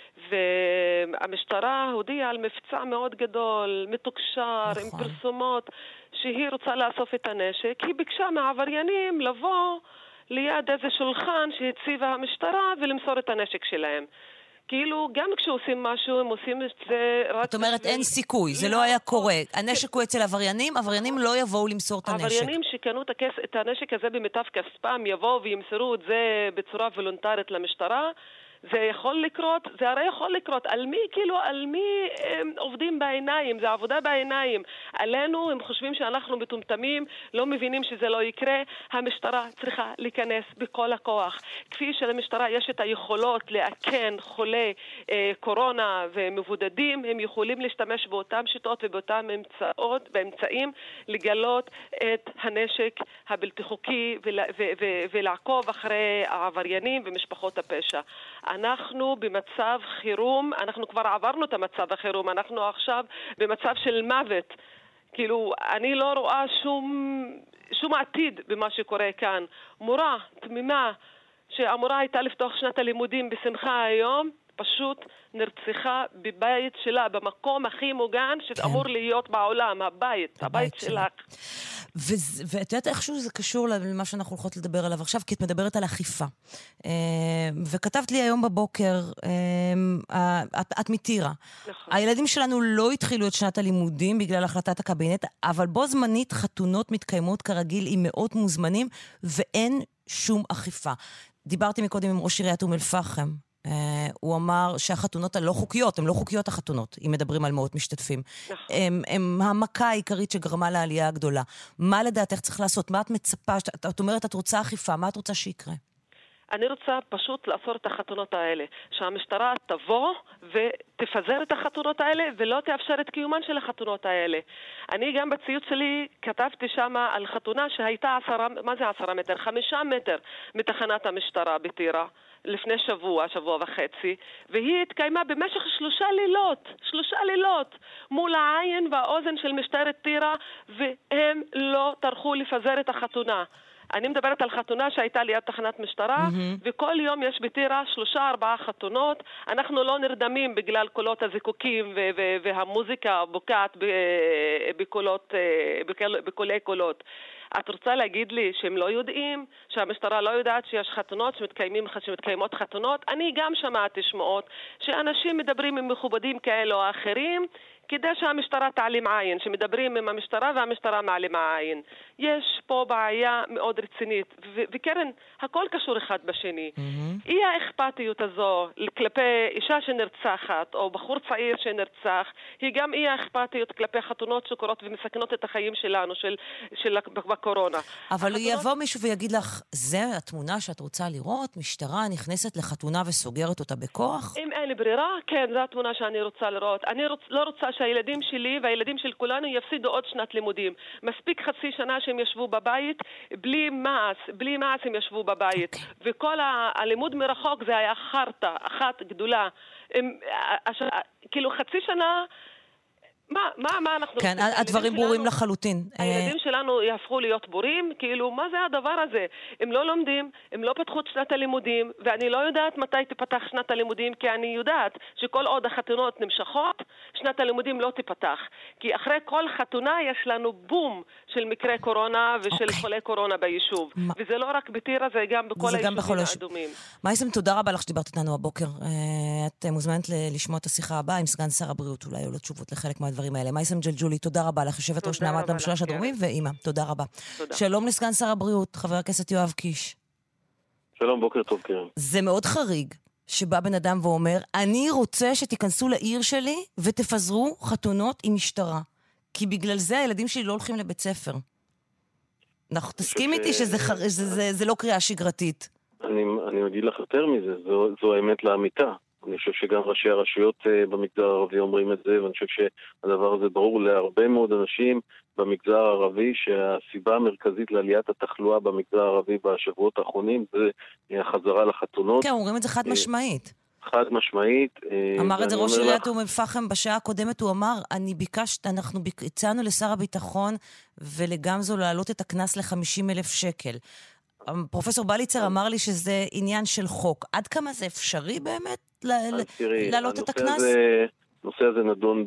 והמשטרה הודיעה על מבצע מאוד גדול, מתוקשר, עם פרסומות, שהיא רוצה לאסוף את הנשק. היא ביקשה מהעבריינים לבוא ליד איזה שולחן שהציבה המשטרה ולמסור את הנשק שלהם. כאילו, גם כשעושים משהו, הם עושים את זה רק... זאת אומרת, אין סיכוי, זה לא היה קורה. הנשק הוא אצל עבריינים, עבריינים לא יבואו למסור את הנשק. העבריינים שקנו את הנשק הזה במיטב כספם, יבואו וימסרו את זה בצורה וולונטרית למשטרה, זה יכול לקרות, זה הרי יכול לקרות. על מי עובדים בעיניים? זה עבודה בעיניים. עלינו, הם חושבים שאנחנו מטומטמים, לא מבינים שזה לא יקרה. המשטרה צריכה להיכנס בכל הכוח. כפי שלמשטרה יש את היכולות לאכן חולי קורונה ומבודדים, הם יכולים להשתמש באותם שיטות ובאותם באמצעים לגלות את הנשק הבלתי חוקי ולעקוב אחרי העבריינים ומשפחות הפשע. אנחנו במצב חירום, אנחנו כבר עברנו את המצב החירום, אנחנו עכשיו במצב של מוות. כאילו, אני לא רואה שום עתיד במה שקורה כאן. מורה תמימה שאמורה הייתה לפתוח שנת הלימודים בשמחה היום, פשוט נרצחה בבית שלה, במקום הכי מוגן שאמור להיות בעולם, הבית שלך. ואת יודעת איכשהו זה קשור למה שאנחנו הולכות לדבר עליו עכשיו, כי את מדברת על אכיפה. וכתבת לי היום בבוקר, את מטירה. נכון. הילדים שלנו לא התחילו את שנת הלימודים בגלל החלטת הקבינט, אבל בו זמנית חתונות מתקיימות כרגיל עם מאות מוזמנים, ואין שום אכיפה. דיברתי מקודם עם ראש עיריית אום אל-פחם. הוא אמר שהחתונות הלא חוקיות, הן לא חוקיות החתונות, אם מדברים על מאות משתתפים. הם המכה העיקרית שגרמה לעלייה הגדולה. מה לדעתך צריך לעשות? מה את מצפה? את אומרת, את רוצה אכיפה, מה את רוצה שיקרה? אני רוצה פשוט לעצור את החתונות האלה. שהמשטרה תבוא ותפזר את החתונות האלה ולא תאפשר את קיומן של החתונות האלה. אני גם בציוץ שלי כתבתי שם על חתונה שהייתה 10 מטר? 5 מטר מתחנת המשטרה בטירה. לפני שבוע וחצי, והיא התקיימה במשך 3 לילות, מול העין והאוזן של משטרת טירה, והם לא טרחו לפזר את החתונה. אני מדברת על חתונה שהייתה ליד תחנת משטרה, וכל יום יש בטירה 3-4 חתונות. אנחנו לא נרדמים בגלל קולות הזיקוקים והמוזיקה בוקעת בקולי קולות. את רוצה להגיד לי שהם לא יודעים, שהמשטרה לא יודעת שיש חתונות, שמתקיימות חתונות? אני גם שמעתי שמועות שאנשים מדברים עם מכובדים כאלה או אחרים, כדי שהמשטרה תעלים עין, שמדברים עם המשטרה והמשטרה מעלימה עין. יש פה בעיה מאוד רצינית, וקרן, הכל קשור אחד בשני. אי האכפתיות הזו כלפי אישה שנרצחת, או בחור צעיר שנרצח, היא גם אי האכפתיות כלפי חתונות שקורות ומסכנות את החיים שלנו, בקורונה. אבל יבוא מישהו ויגיד לך, זה התמונה שאת רוצה לראות? משטרה נכנסת לחתונה וסוגרת אותה בכוח? אם אין לי ברירה, כן, זו התמונה שאני רוצה לראות. אני לא רוצה שהילדים שלי והילדים של כולנו יפסידו עוד שנת לימודים. מספיק חצי שנה שהם ישבו בבית, בלי מעש הם ישבו בבית. וכל הלימוד מרחוק זה היה חרטה, אחת גדולה. כאילו חצי שנה מה אנחנו... כן, הדברים ברורים לחלוטין. הילדים שלנו יהפכו להיות בורים, כאילו, מה זה הדבר הזה? הם לא לומדים, הם לא פתחו את שנת הלימודים, ואני לא יודעת מתי תפתח שנת הלימודים, כי אני יודעת שכל עוד החתונות נמשכות, שנת הלימודים לא תפתח. כי אחרי כל חתונה יש לנו בום של מקרי קורונה ושל חולי קורונה ביישוב. וזה לא רק בטירה, זה גם בכל היישובים האדומים. מייסם, תודה רבה לך שדיברת איתנו הבוקר. את מוזמנת לשמוע את השיחה הבאה עם סגן שר הבריאות, אולי יהיו לו תשובות לחלק מהדברים האלה. מייסם ג'לג'ולי, תודה רבה לך, יושבת ראש נעמת במשולש הדרומי, ואמא, תודה רבה. שלום לסגן שר הבריאות, חבר הכנסת יואב קיש. שלום, בוקר טוב, קרן. זה מאוד חריג שבא בן אדם ואומר, אני רוצה שתיכנסו לעיר שלי ותפזרו חתונות עם משטרה. כי בגלל זה הילדים שלי לא הולכים לבית ספר. אנחנו תסכים איתי שזה לא קריאה שגרתית. אני אגיד לך יותר מזה, זו האמת לאמיתה. אני חושב שגם ראשי הרשויות במגזר הערבי אומרים את זה, ואני חושב שהדבר הזה ברור להרבה מאוד אנשים במגזר הערבי, שהסיבה המרכזית לעליית התחלואה במגזר הערבי בשבועות האחרונים זה החזרה לחתונות. כן, אומרים את זה חד משמעית. חד משמעית. אמר את זה ראש עיריית אום אל-פחם בשעה הקודמת, הוא אמר, אנחנו הצענו לשר הביטחון ולגמזו להעלות את הכנס ל-50,000 שקל. פרופסור בליצר אמר לי שזה עניין של חוק. עד כמה זה אפשרי באמת להעלות את הכנס? הנושא הזה נדון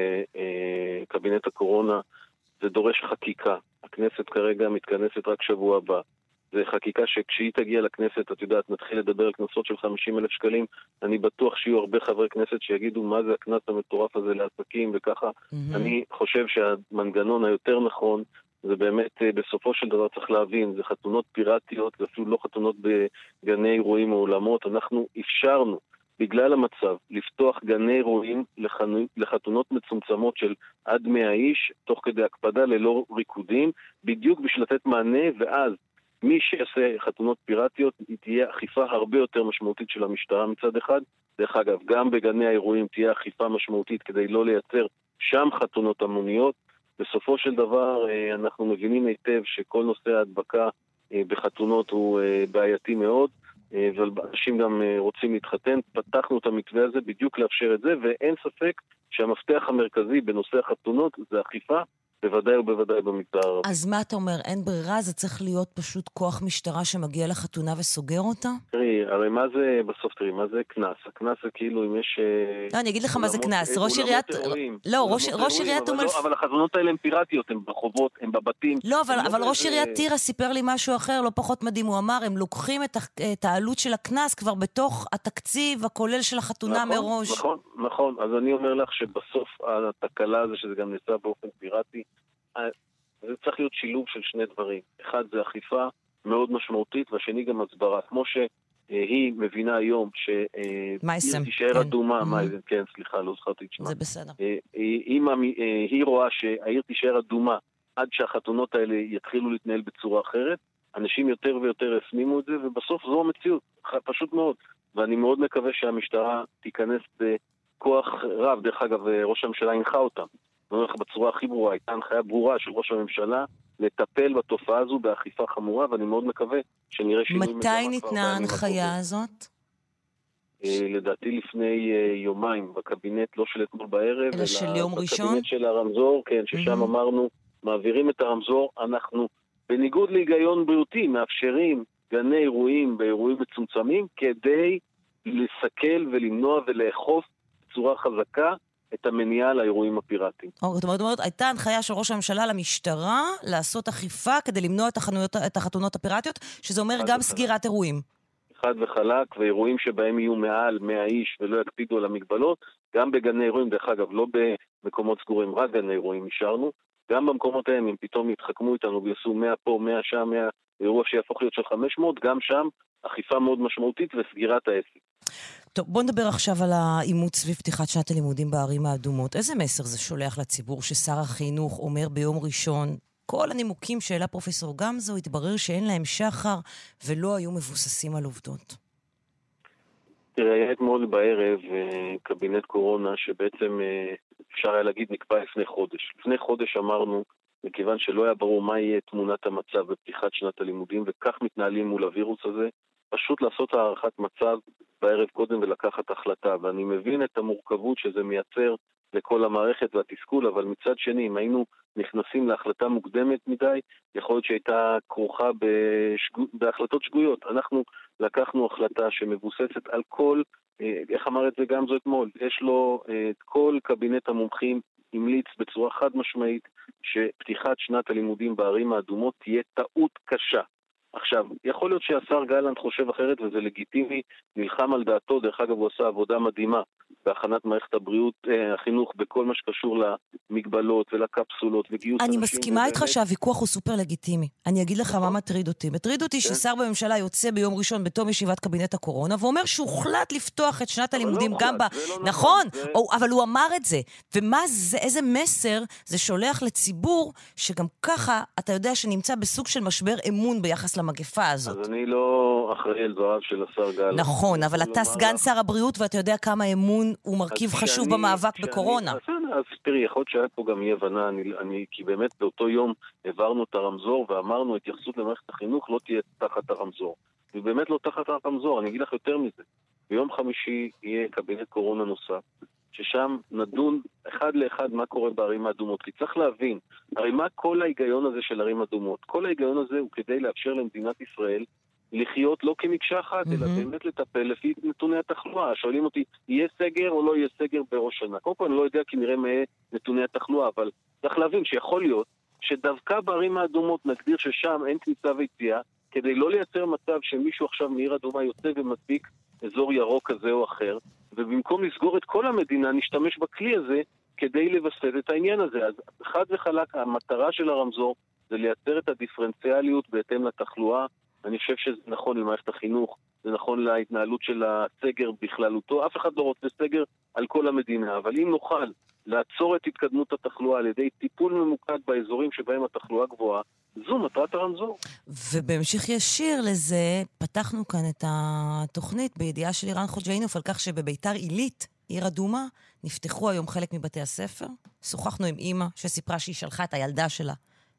בקבינט הקורונה, זה דורש חקיקה. הכנסת כרגע מתכנסת רק שבוע הבא. זה חקיקה שכשהיא תגיע לכנסת, את יודעת, נתחיל לדבר על כנסות של 50,000 שקלים, אני בטוח שיהיו הרבה חברי כנסת שיגידו מה זה הכנס המטורף הזה לעסקים וככה. אני חושב שהמנגנון היותר נכון, זה באמת בסופו של דבר צריך להבין, זה חתונות פיראטיות, זה אפילו לא חתונות בגני אירועים או אולמות, אנחנו אפשרנו בגלל המצב לפתוח גני אירועים לחתונות מצומצמות של עד 100 איש, תוך כדי הקפדה ללא ריקודים, בדיוק בשביל לתת מענה, ואז מי שיעשה חתונות פיראטיות, היא תהיה אכיפה הרבה יותר משמעותית של המשטרה מצד אחד. דרך אגב, גם בגני האירועים תהיה אכיפה משמעותית כדי לא לייצר שם חתונות המוניות. בסופו של דבר אנחנו מבינים היטב שכל נושא ההדבקה בחתונות הוא בעייתי מאוד, ואנשים גם רוצים להתחתן. פתחנו את המתווה הזה בדיוק לאפשר את זה, ואין ספק שהמפתח המרכזי בנושא החתונות זה אכיפה, בוודאי ובוודאי במגזר הערבי. אז מה אתה אומר? אין ברירה? זה צריך להיות פשוט כוח משטרה שמגיע לחתונה וסוגר אותה? תראי, הרי מה זה בסוף, תראי, מה זה כנס? הכנס זה כאילו אם יש... לא, אני אגיד לך מה זה כנס. ראש עיריית... לא, ראש עיריית... אבל החתונות האלה הן פיראטיות, הן ברחובות, הן בבתים. לא, אבל ראש עיריית טירה סיפר לי משהו אחר, לא פחות מדהים. הוא אמר, הם לוקחים את העלות של הכנס כבר בתוך התקציב הכולל של החתונה מראש. נכון. אז אני אומר לך שבסוף התקלה הזה, שזה גם נעשה באופן פיראטי, זה צריך להיות שילוב של שני דברים. אחד זה אכיפה מאוד משמעותית, והשני גם הסברה. כמו שהיא מבינה היום שהעיר תישאר אדומה, כן, סליחה, לא זכרתי את שמה. זה בסדר. היא רואה שהעיר תישאר אדומה עד שהחתונות האלה יתחילו להתנהל בצורה אחרת, אנשים יותר ויותר הפנימו את זה, ובסוף זו המציאות, פשוט מאוד. ואני מאוד מקווה שהמשטרה תיכנס בכוח רב. דרך אגב, ראש הממשלה הנחה אותם. אני אומר לך בצורה הכי ברורה, הייתה הנחיה ברורה של ראש הממשלה לטפל בתופעה הזו באכיפה חמורה, ואני מאוד מקווה שנראה שינוי... מתי ניתנה ההנחיה הזאת? לדעתי לפני יומיים, בקבינט, לא של אתמול בערב, אלא של יום ראשון? בקבינט של הרמזור, כן, ששם אמרנו, מעבירים את הרמזור, אנחנו בניגוד להיגיון בריאותי, מאפשרים גני אירועים באירועים מצומצמים, כדי לסכל ולמנוע ולאכוף בצורה חזקה, את המניעה לאירועים הפיראטיים. זאת אומרת, הייתה הנחיה של ראש הממשלה למשטרה לעשות אכיפה כדי למנוע את החתונות הפיראטיות, שזה אומר גם סגירת אירועים. חד וחלק, ואירועים שבהם יהיו מעל 100 איש ולא יקפידו על המגבלות, גם בגני אירועים, דרך אגב, לא במקומות סגורים, רק גני אירועים נשארנו, גם במקומות האלה, אם פתאום יתחכמו איתנו ויעשו 100 פה, 100 שם, 100 אירוע שיהפוך להיות של 500, גם שם אכיפה מאוד משמעותית וסגירת העסק. טוב, בוא נדבר עכשיו על האימוץ סביב פתיחת שנת הלימודים בערים האדומות. איזה מסר זה שולח לציבור ששר החינוך אומר ביום ראשון, כל הנימוקים שהעלה פרופסור גמזו התברר שאין להם שחר ולא היו מבוססים על עובדות? תראה, היה אתמול בערב קבינט קורונה שבעצם אפשר היה להגיד נקבע לפני חודש. לפני חודש אמרנו, מכיוון שלא היה ברור מה יהיה תמונת המצב בפתיחת שנת הלימודים וכך מתנהלים מול הווירוס הזה, פשוט לעשות הערכת מצב בערב קודם ולקחת החלטה, ואני מבין את המורכבות שזה מייצר לכל המערכת והתסכול, אבל מצד שני, אם היינו נכנסים להחלטה מוקדמת מדי, יכול להיות שהייתה כרוכה בהחלטות שגויות. אנחנו לקחנו החלטה שמבוססת על כל, איך אמר את זה גם זו אתמול, יש לו את כל קבינט המומחים המליץ בצורה חד משמעית שפתיחת שנת הלימודים בערים האדומות תהיה טעות קשה. עכשיו, יכול להיות שהשר גלנט חושב אחרת וזה לגיטימי, נלחם על דעתו, דרך אגב הוא עשה עבודה מדהימה בהכנת מערכת הבריאות, החינוך בכל מה שקשור למגבלות ולקפסולות וגיוס אנשים. אני מסכימה איתך שהוויכוח הוא סופר לגיטימי. אני אגיד לך מה מטריד אותי. מטריד אותי ששר בממשלה יוצא ביום ראשון בתום ישיבת קבינט הקורונה, ואומר שהוחלט לפתוח את שנת הלימודים גם ב... נכון, אבל הוא אמר את זה. ומה זה, איזה מסר זה שולח לציבור שגם ככה אתה יודע שנמצא בסוג של משבר אמון ביחס למגפה הזאת. אז אני לא אחראי על דבריו של השר גלנט. נכון, אבל אתה סגן שר הבריאות ואתה יודע כמה אמון הוא מרכיב חשוב במאבק בקורונה. אז תראי, יכול להיות שהיה פה גם אי הבנה, כי באמת באותו יום העברנו את הרמזור ואמרנו, התייחסות למערכת החינוך לא תהיה תחת הרמזור. היא באמת לא תחת הרמזור, אני אגיד לך יותר מזה. ביום חמישי יהיה קבינט קורונה נוסף, ששם נדון אחד לאחד מה קורה בערים האדומות. כי צריך להבין, הרי מה כל ההיגיון הזה של ערים אדומות? כל ההיגיון הזה הוא כדי לאפשר למדינת ישראל לחיות לא כמקשה אחת, אלא באמת לטפל לפי נתוני התחלואה. שואלים אותי, יהיה סגר או לא יהיה סגר בראש שנה? קודם כל אני לא יודע כי נראה מה נתוני התחלואה, אבל צריך להבין שיכול להיות שדווקא בערים האדומות נגדיר ששם אין כניסה ויציאה, כדי לא לייצר מצב שמישהו עכשיו מעיר אדומה יוצא ומדביק אזור ירוק כזה או אחר, ובמקום לסגור את כל המדינה נשתמש בכלי הזה כדי לבסד את העניין הזה. אז חד וחלק, המטרה של הרמזור זה לייצר את הדיפרנציאליות בהתאם לתחלואה. אני חושב שזה נכון למערכת החינוך, זה נכון להתנהלות של הסגר בכללותו. אף אחד לא רוצה סגר על כל המדינה, אבל אם נוכל לעצור את התקדמות התחלואה על ידי טיפול ממוקד באזורים שבהם התחלואה גבוהה, זו מטרת הרמזור. ובהמשך ישיר לזה, פתחנו כאן את התוכנית בידיעה של אירן חוג'יינוף על כך שבביתר עילית, עיר אדומה, נפתחו היום חלק מבתי הספר. שוחחנו עם אמא שסיפרה שהיא שלחה את הילדה שלה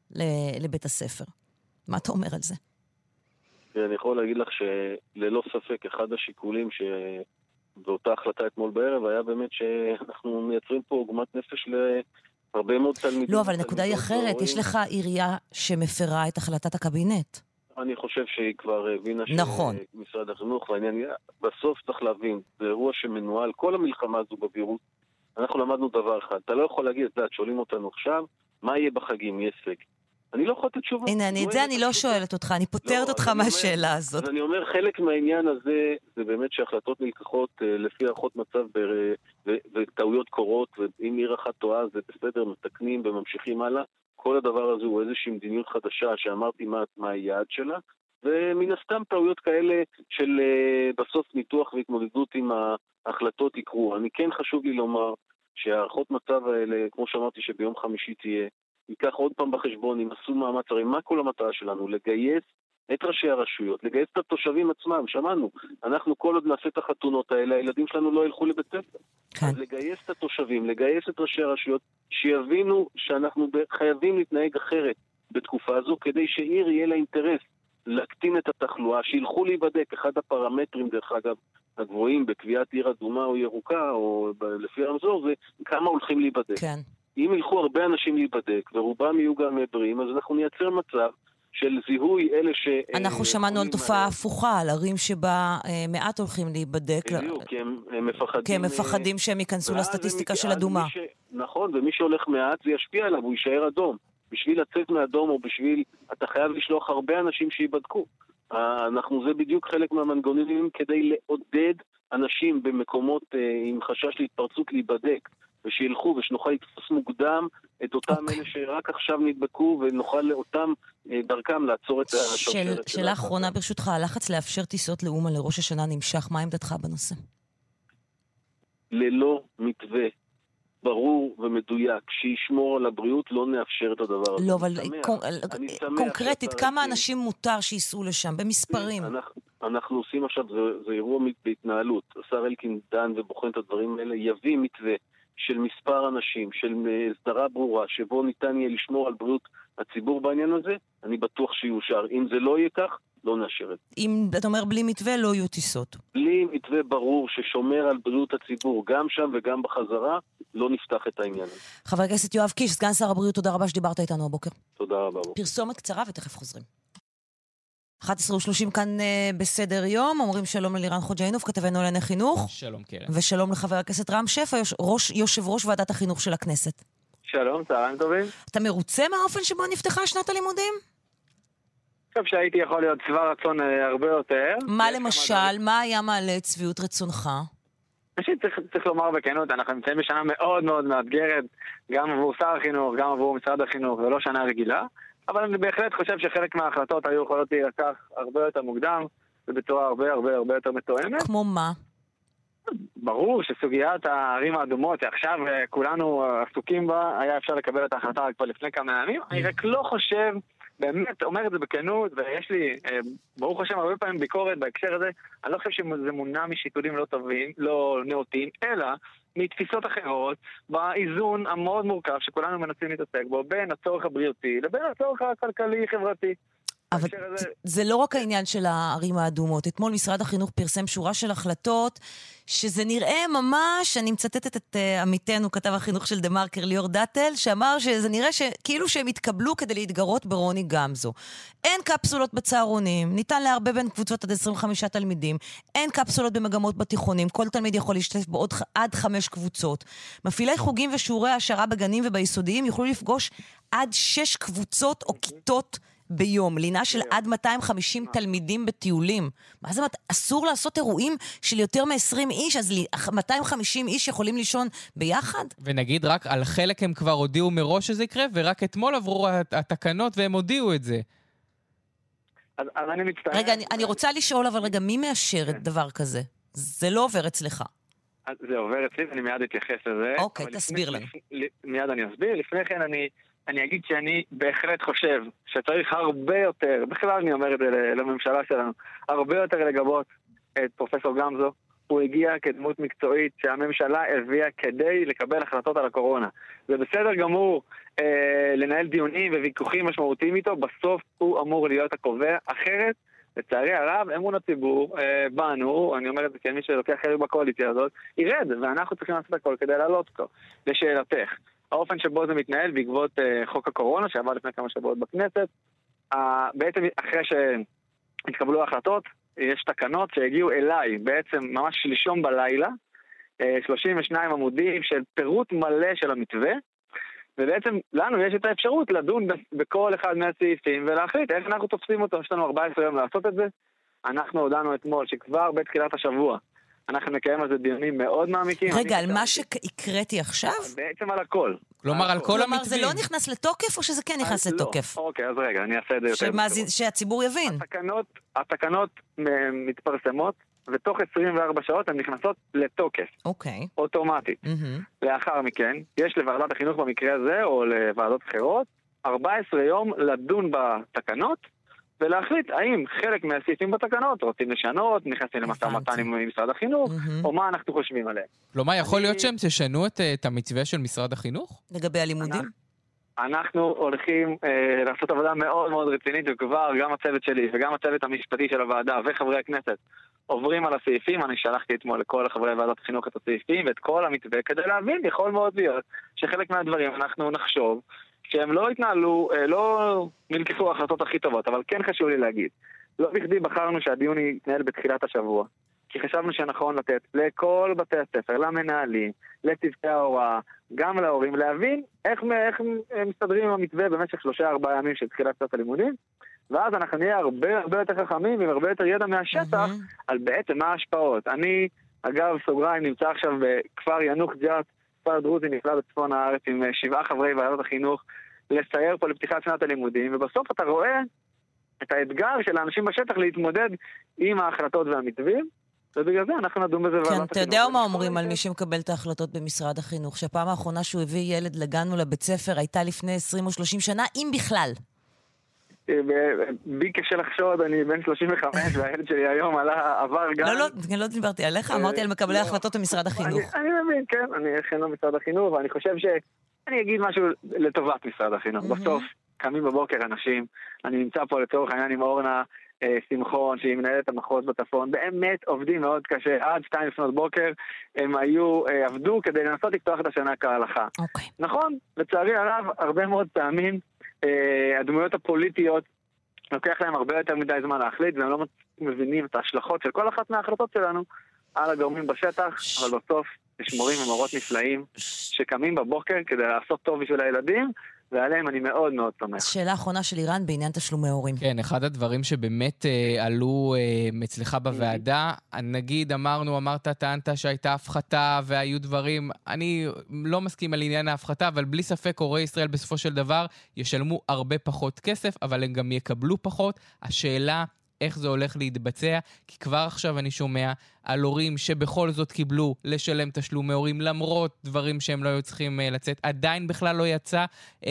לבית הספר. מה אתה אומר על זה? אני יכול להגיד לך שללא ספק אחד השיקולים שבאותה החלטה אתמול בערב היה באמת שאנחנו מייצרים פה עוגמת נפש להרבה מאוד תלמידים. לא, אבל הנקודה היא אחרת. יש לך עירייה שמפרה את החלטת הקבינט. אני חושב שהיא כבר הבינה נכון. שמשרד החינוך, והעניין, בסוף צריך להבין, זה אירוע שמנוהל, כל המלחמה הזו בווירוס, אנחנו למדנו דבר אחד, אתה לא יכול להגיד, שואלים אותנו עכשיו, מה יהיה בחגים, יהיה סגר. אני לא יכולת תשובה. הנה, את זה אני לא שואלת אותך, אני פותרת אותך מהשאלה הזאת. אז אני אומר, חלק מהעניין הזה, זה באמת שהחלטות נלקחות לפי הערכות מצב וטעויות קורות, ואם עיר אחת טועה זה בסדר, מתקנים וממשיכים הלאה. כל הדבר הזה הוא איזושהי מדיניות חדשה שאמרתי מה היעד שלה, ומן הסתם טעויות כאלה של בסוף ניתוח והתמודדות עם ההחלטות יקרו. אני כן חשוב לי לומר שהערכות מצב האלה, כמו שאמרתי שביום חמישי תהיה, ייקח עוד פעם בחשבון, אם עשו מאמץ, הרי מה כל המטרה שלנו? לגייס את ראשי הרשויות, לגייס את התושבים עצמם, שמענו, אנחנו כל עוד נעשה את החתונות האלה, הילדים שלנו לא ילכו לבית ספר. אז לגייס את התושבים, לגייס את ראשי הרשויות, שיבינו שאנחנו חייבים להתנהג אחרת בתקופה הזו, כדי שעיר יהיה לה אינטרס להקטין את התחלואה, שילכו להיבדק. אחד הפרמטרים, דרך אגב, הגבוהים בקביעת עיר אדומה או ירוקה, או לפי הרמזור, זה כמה הולכים להיבדק. כן. אם ילכו הרבה אנשים להיבדק, ורובם יהיו גם בריאים, אז אנחנו נייצר מצב של זיהוי אלה ש... אנחנו שמענו על תופעה הפוכה, על ערים שבה מעט הולכים להיבדק. בדיוק, כי הם מפחדים... כי הם מפחדים שהם ייכנסו לסטטיסטיקה של אדומה. נכון, ומי שהולך מעט זה ישפיע עליו, הוא יישאר אדום. בשביל לצאת מאדום או בשביל... אתה חייב לשלוח הרבה אנשים שיבדקו. זה בדיוק חלק מהמנגנונים כדי לעודד אנשים במקומות עם חשש להתפרצות להיבדק. ושילכו ושנוכל לתפוס מוקדם את אותם אלה שרק עכשיו נדבקו ונוכל לאותם דרכם לעצור את השרשרת. שאלה אחרונה ברשותך, הלחץ לאפשר טיסות לאומה לראש השנה נמשך, מה עמדתך בנושא? ללא מתווה ברור ומדויק שישמור על הבריאות לא נאפשר את הדבר הזה. לא, אבל קונקרטית, כמה אנשים מותר שיסעו לשם, במספרים? אנחנו עושים עכשיו, זה אירוע בהתנהלות, השר אלקין דן ובוחן את הדברים האלה, יביא מתווה של מספר אנשים, של סדרה ברורה, שבו ניתן יהיה לשמור על בריאות הציבור בעניין הזה, אני בטוח שיאושר. אם זה לא יהיה כך, לא נאשר את זה. אם אתה אומר בלי מתווה, לא יהיו טיסות. בלי מתווה ברור ששומר על בריאות הציבור, גם שם וגם בחזרה, לא נפתח את העניין הזה. חבר הכנסת יואב קיש, סגן שר הבריאות, תודה רבה שדיברת איתנו הבוקר. תודה רבה. פרסומת קצרה ותכף חוזרים. 11:30 כאן בסדר יום, אומרים שלום ללירן חוג'יינוף, כתבנו לענייני חינוך. שלום קרן. ושלום לחבר הכנסת רם שפע, יושב ראש ועדת החינוך של הכנסת. שלום, צהריים טובים. אתה מרוצה מהאופן שבו נפתחה שנת הלימודים? אני חושב שהייתי יכול להיות שבע רצון הרבה יותר. מה למשל? מה היה מעלה את שביעות רצונך? צריך לומר בכנות, אנחנו נמצאים בשנה מאוד מאוד מאתגרת, גם עבור שר החינוך, גם עבור משרד החינוך, ולא שנה רגילה, אבל אני בהחלט חושב שחלק מההחלטות היו יכולות להילקח הרבה יותר מוקדם, ובצורה הרבה יותר מתואמת. כמו מה? ברור שסוגיית הערים האדומות, שעכשיו כולנו עסוקים בה, היה אפשר לקבל את ההחלטה כבר לפני כמה ימים. אני רק לא חושב, באמת אומר את זה בכנות, ויש לי, ברוך השם, הרבה פעמים ביקורת בהקשר הזה, אני לא חושב שזה מונע משיקולים לא טובים, לא נאותים, אלא מתפיסות אחרות, באיזון המאוד מורכב שכולנו מנסים להתעסק בו, בין הצורך הבריאותי לבין הצורך הכלכלי-חברתי. אבל זה לא רק העניין של הערים האדומות. אתמול משרד החינוך פרסם שורה של החלטות, שזה נראה ממש, אני מצטטת את עמיתנו, כתב החינוך של דמרקר, ליאור דאטל, שאמר שזה נראה כאילו שהם התקבלו כדי להתגרות ברוני גמזו. אין קפסולות בצהרונים, ניתן להרבה בין קבוצות עד 25 תלמידים, אין קפסולות במגמות בתיכונים, כל תלמיד יכול להשתתף בעוד עד 5 קבוצות. מפעילי חוגים ושיעורי העשרה בגנים וביסודיים יוכלו לפגוש עד 6 קבוצות או כיתות ביום, לינה של עד 250 תלמידים בטיולים. מה זה? אסור לעשות אירועים של יותר מ-20 איש, אז 250 איש יכולים לישון ביחד? ונגיד רק על חלק הם כבר הודיעו מראש שזה יקרה, ורק אתמול עברו התקנות והם הודיעו את זה. אז אני מצטער. רגע, אני רוצה לשאול, אבל רגע, מי מאשר את דבר כזה? זה לא עובר אצלך. זה עובר אצלי, אני מיד אתייחס לזה. אוקיי, תסביר לנו. מיד אני אסביר. לפני כן אני אגיד שאני בהחלט חושב שצריך הרבה יותר, בכלל אני אומר את זה לממשלה שלנו, הרבה יותר לגבות את פרופסור גמזו. הוא הגיע כדמות מקצועית שהממשלה הביאה כדי לקבל החלטות על הקורונה. זה בסדר גמור לנהל דיונים וויכוחים משמעותיים איתו, בסוף הוא אמור להיות הקובע, אחרת לצערי הרב, אמון הציבור בנו, אני אומר את זה כמי שלוקח חלק בקואליציה הזאת, ירד, ואנחנו צריכים לעשות הכל כדי לעלות אותו. לשאלתך, האופן שבו זה מתנהל בעקבות חוק הקורונה, שעבר לפני כמה שבועות בכנסת, בעצם אחרי שהתקבלו ההחלטות, יש תקנות שהגיעו אליי, בעצם ממש שלשום בלילה, 32 עמודים של פירוט מלא של המתווה, ובעצם לנו יש את האפשרות לדון בכל אחד מהסעיפים ולהחליט איך אנחנו תופסים אותו. יש לנו 14 יום לעשות את זה. אנחנו הודענו אתמול שכבר בתחילת השבוע אנחנו נקיים על זה דיונים מאוד מעמיקים. רגע, על מה שהקראתי עכשיו? בעצם על הכל. כלומר, על כל המתווים. כלומר, זה לא נכנס לתוקף או שזה כן נכנס לתוקף? אוקיי, אז רגע, אני אעשה את זה יותר. שהציבור יבין. התקנות מתפרסמות, ותוך 24 שעות הן נכנסות לתוקף. אוקיי. אוטומטית. לאחר מכן, יש לוועדת החינוך במקרה הזה, או לוועדות אחרות, 14 יום לדון בתקנות, ולהחליט האם חלק מהסעיפים בתקנות רוצים לשנות, נכנסים למשא ומתן עם משרד החינוך, או מה אנחנו חושבים עליהם. כלומר, יכול להיות שהם תשנו את המתווה של משרד החינוך? לגבי הלימודים? אנחנו הולכים לעשות עבודה מאוד מאוד רצינית, וכבר גם הצוות שלי וגם הצוות המשפטי של הוועדה וחברי הכנסת עוברים על הסעיפים. אני שלחתי אתמול לכל חברי ועדת החינוך את הסעיפים ואת כל המתווה כדי להבין, יכול מאוד להיות שחלק מהדברים אנחנו נחשוב שהם לא התנהלו, לא נלקחו ההחלטות הכי טובות, אבל כן חשוב לי להגיד, לא בכדי בחרנו שהדיון יתנהל בתחילת השבוע, כי חשבנו שנכון לתת לכל בתי הספר, למנהלים, לצוותי ההוראה, גם להורים, להבין איך מסתדרים עם המתווה במשך 3-4 ימים של תחילת שנת הלימודים, ואז אנחנו נהיה הרבה יותר חכמים ועם הרבה יותר ידע מהשטח על בעצם מה ההשפעות. אני, אגב, סוגריים, נמצא עכשיו בכפר ינוח ג'ת, כפר דרוזי נפלא בצפון הארץ עם 7 חברי ועדת החינוך, לסייר פה לפתיחת שנת הלימודים, ובסוף אתה רואה את האתגר של האנשים בשטח להתמודד עם ההחלטות והמתווים, ובגלל זה אנחנו נדון בזה ועדת החינוך. כן, אתה יודע מה אומרים על מי שמקבל את ההחלטות במשרד החינוך, שהפעם האחרונה שהוא הביא ילד לגן או לבית ספר הייתה לפני 20 או 30 שנה, אם בכלל. בי קשה לחשוד, אני בן 35 והילד שלי היום עבר גן. לא דיברתי עליך, אמרתי על מקבלי ההחלטות במשרד החינוך. אני מבין, כן, אני אכן במשרד החינוך, ואני חושב שאני אגיד משהו לטובת משרד החינוך. בסוף קמים בבוקר אנשים, אני נמצא פה לצורך העניין עם אורנה, שמחון, שהיא מנהלת המחוז בצפון, באמת עובדים מאוד קשה, עד 2 לפנות בוקר הם עבדו כדי לנסות לפתוח את השנה כהלכה. נכון, לצערי הרב, הרבה מאוד פעמים הדמויות הפוליטיות לוקח להם הרבה יותר מדי זמן להחליט, והם לא מבינים את ההשלכות של כל אחת מההחלטות שלנו על הגורמים בשטח, אבל בסוף יש מורים ומורות נפלאים שקמים בבוקר כדי לעשות טוב בשביל הילדים, ועליהם אני מאוד מאוד תומך. שאלה אחרונה של אירן בעניין תשלומי הורים. כן, אחד הדברים שבאמת עלו אצלך בוועדה, נגיד טענת שהייתה הפחתה והיו דברים, אני לא מסכים על עניין ההפחתה, אבל בלי ספק הורי ישראל בסופו של דבר ישלמו הרבה פחות כסף, אבל הם גם יקבלו פחות. השאלה איך זה הולך להתבצע, כי כבר עכשיו אני שומע על הורים שבכל זאת קיבלו לשלם תשלומי הורים, למרות דברים שהם לא היו צריכים לצאת. עדיין בכלל לא יצא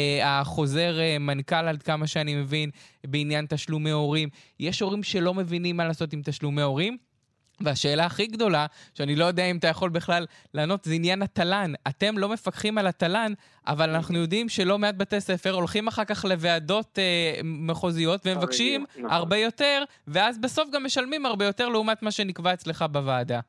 החוזר מנכ"ל, עד כמה שאני מבין, בעניין תשלומי הורים. יש הורים שלא מבינים מה לעשות עם תשלומי הורים, והשאלה הכי גדולה, שאני לא יודע אם אתה יכול בכלל לענות, זה עניין התל"ן. אתם לא מפקחים על התל"ן, אבל אנחנו יודעים שלא מעט בתי ספר הולכים אחר כך לוועדות מחוזיות, והם מבקשים הרבה יותר, ואז בסוף גם משלמים הרבה יותר לעומת מה שנקבע אצלך בוועדה.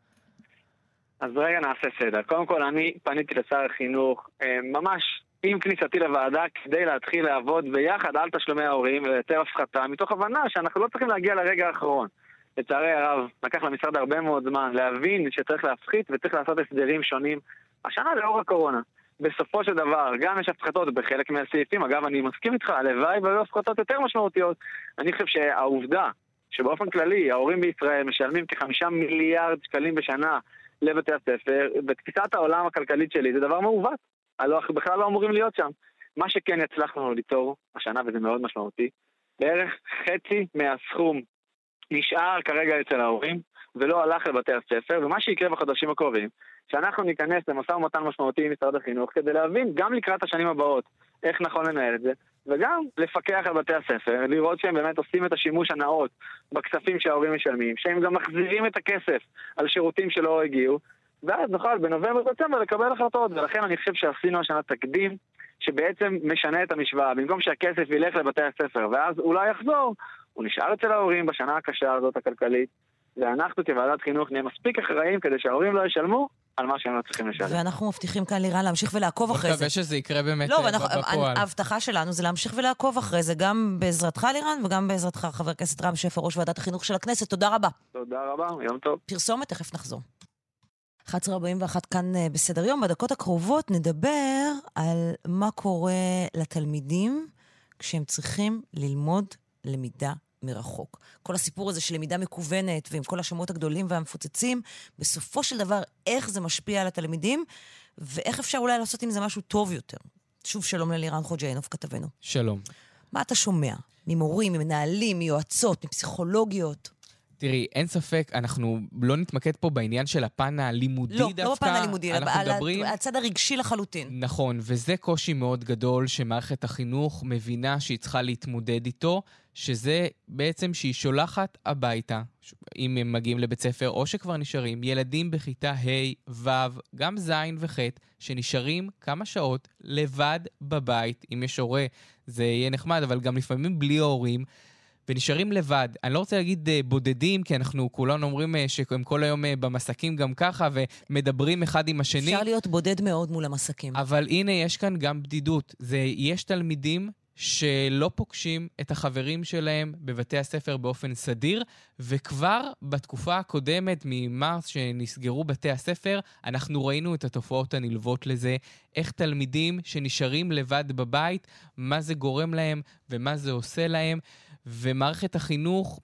אז רגע נעשה סדר. קודם כל, אני פניתי לשר החינוך, ממש עם כניסתי לוועדה, כדי להתחיל לעבוד ביחד על תשלומי ההורים, ויותר הפחתה, מתוך הבנה שאנחנו לא צריכים להגיע לרגע האחרון. לצערי הרב, לקח למשרד הרבה מאוד זמן להבין שצריך להפחית וצריך לעשות הסדרים שונים. השנה לאור הקורונה. בסופו של דבר, גם יש הפחתות בחלק מהסעיפים. אגב, אני מסכים איתך, הלוואי והיו הפחתות יותר משמעותיות. אני חושב שהעובדה שבאופן כללי ההורים בישראל משלמים כ5 מיליארד שקלים בשנה לבתי הספר, בתפיסת העולם הכלכלית שלי זה דבר מעוות. אנחנו בכלל לא אמורים להיות שם. מה שכן הצלחנו ליצור השנה, וזה מאוד משמעותי, בערך חצי מהסכום נשאר כרגע אצל ההורים, ולא הלך לבתי הספר, ומה שיקרה בחודשים הקרובים, שאנחנו ניכנס למשא ומתן משמעותי עם משרד החינוך, כדי להבין גם לקראת השנים הבאות איך נכון לנהל את זה, וגם לפקח על בתי הספר, לראות שהם באמת עושים את השימוש הנאות בכספים שההורים משלמים, שהם גם מחזירים את הכסף על שירותים שלא הגיעו, ואז נוכל בנובמבר ודצמבר לקבל החלטות, ולכן אני חושב שעשינו השנה תקדים, שבעצם משנה את המשוואה, במקום שהכסף ילך לבתי הספר, ואז אולי יחזור, הוא נשאר אצל ההורים בשנה הקשה הזאת הכלכלית, ואנחנו כוועדת חינוך נהיה מספיק אחראים כדי שההורים לא ישלמו על מה שהם לא צריכים לשלם. ואנחנו מבטיחים כאן לירן להמשיך ולעקוב אחרי זה. מקווה שזה יקרה באמת בפועל. ההבטחה שלנו זה להמשיך ולעקוב אחרי זה, גם בעזרתך לירן וגם בעזרתך חבר הכנסת רם שפע, ראש ועדת החינוך של הכנסת. תודה רבה. תודה רבה, יום טוב. פרסומת, תכף נחזור. 11:41 כאן בסדר יום. בדקות הקרובות נדבר על מה קורה לתלמידים כשהם צריכים ללמוד למידה מרחוק. כל הסיפור הזה של למידה מקוונת ועם כל השמות הגדולים והמפוצצים, בסופו של דבר איך זה משפיע על התלמידים ואיך אפשר אולי לעשות עם זה משהו טוב יותר. שוב שלום ללירן חוג'יינוב כתבנו. שלום. מה אתה שומע? ממורים, ממנהלים, מיועצות, מפסיכולוגיות? תראי, אין ספק, אנחנו לא נתמקד פה בעניין של הפן הלימודי דווקא. לא בפן הלימודי, אלא הצד הרגשי לחלוטין. נכון, וזה קושי מאוד גדול שמערכת החינוך מבינה שהיא צריכה להתמודד איתו, שזה בעצם שהיא שולחת הביתה, אם הם מגיעים לבית ספר או שכבר נשארים, ילדים בכיתה ה', ו', גם ז' וח', שנשארים כמה שעות לבד בבית. אם יש הורה זה יהיה נחמד, אבל גם לפעמים בלי ההורים, ונשארים לבד. אני לא רוצה להגיד בודדים, כי אנחנו כולנו אומרים שהם כל היום במסקים גם ככה, ומדברים אחד עם השני. אפשר להיות בודד מאוד מול המסקים. אבל הנה, יש כאן גם בדידות. יש תלמידים שלא פוגשים את החברים שלהם בבתי הספר באופן סדיר, וכבר בתקופה הקודמת, ממרס שנסגרו בתי הספר, אנחנו ראינו את התופעות הנלוות לזה, איך תלמידים שנשארים לבד בבית, מה זה גורם להם ומה זה עושה להם, ומערכת החינוך,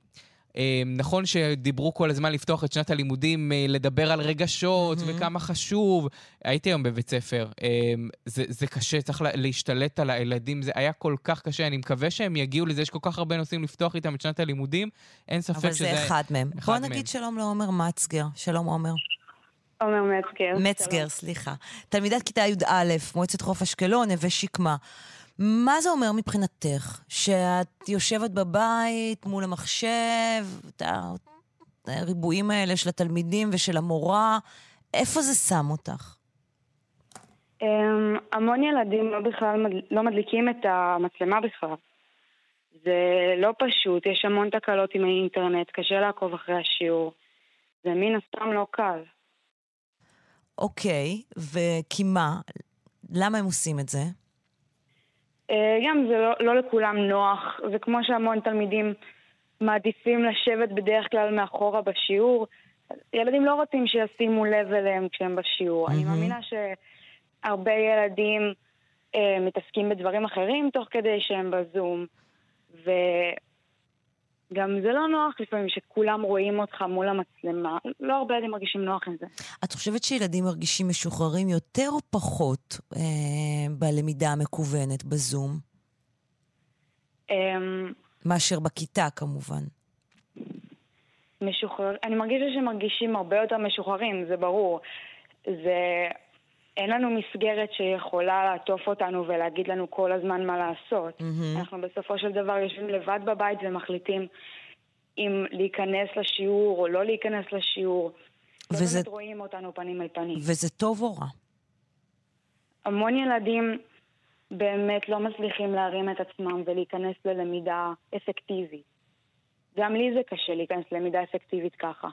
נכון שדיברו כל הזמן לפתוח את שנת הלימודים, לדבר על רגשות וכמה חשוב. הייתי היום בבית ספר, זה קשה, צריך להשתלט על הילדים, זה היה כל כך קשה, אני מקווה שהם יגיעו לזה, יש כל כך הרבה נושאים לפתוח איתם את שנת הלימודים, אין ספק שזה... אבל זה אחד מהם. בוא נגיד שלום לעומר מצגר, שלום עומר. עומר מצגר. מצגר, סליחה. תלמידת כיתה י"א, מועצת חוף אשקלון, נווה שקמה. מה זה אומר מבחינתך? שאת יושבת בבית מול המחשב, את הריבועים האלה של התלמידים ושל המורה, איפה זה שם אותך? המון ילדים לא מדליקים את המצלמה בכלל. זה לא פשוט, יש המון תקלות עם האינטרנט, קשה לעקוב אחרי השיעור. זה מן הסתם לא קל. אוקיי, וכי מה? למה הם עושים את זה? גם זה לא לכולם נוח, זה כמו שהמון תלמידים מעדיפים לשבת בדרך כלל מאחורה בשיעור. ילדים לא רוצים שישימו לב אליהם כשהם בשיעור. אני מאמינה שהרבה ילדים מתעסקים בדברים אחרים תוך כדי שהם בזום, וגם זה לא נוח לפעמים שכולם רואים אותך מול המצלמה. לא הרבה ילדים מרגישים נוח עם זה. את חושבת שילדים מרגישים משוחררים יותר או פחות בלמידה המקוונת בזום? מאשר בכיתה כמובן. אני מרגישה שמרגישים הרבה יותר משוחררים, זה ברור. אין לנו מסגרת שיכולה לעטוף אותנו ולהגיד לנו כל הזמן מה לעשות. אנחנו בסופו של דבר יושבים לבד בבית ומחליטים אם להיכנס לשיעור או לא להיכנס לשיעור. לא באמת רואים אותנו פנים אל פנים. וזה טוב או רע? המון ילדים באמת לא מצליחים להרים את עצמם ולהיכנס ללמידה אפקטיבית. גם לי זה קשה להיכנס ללמידה אפקטיבית ככה.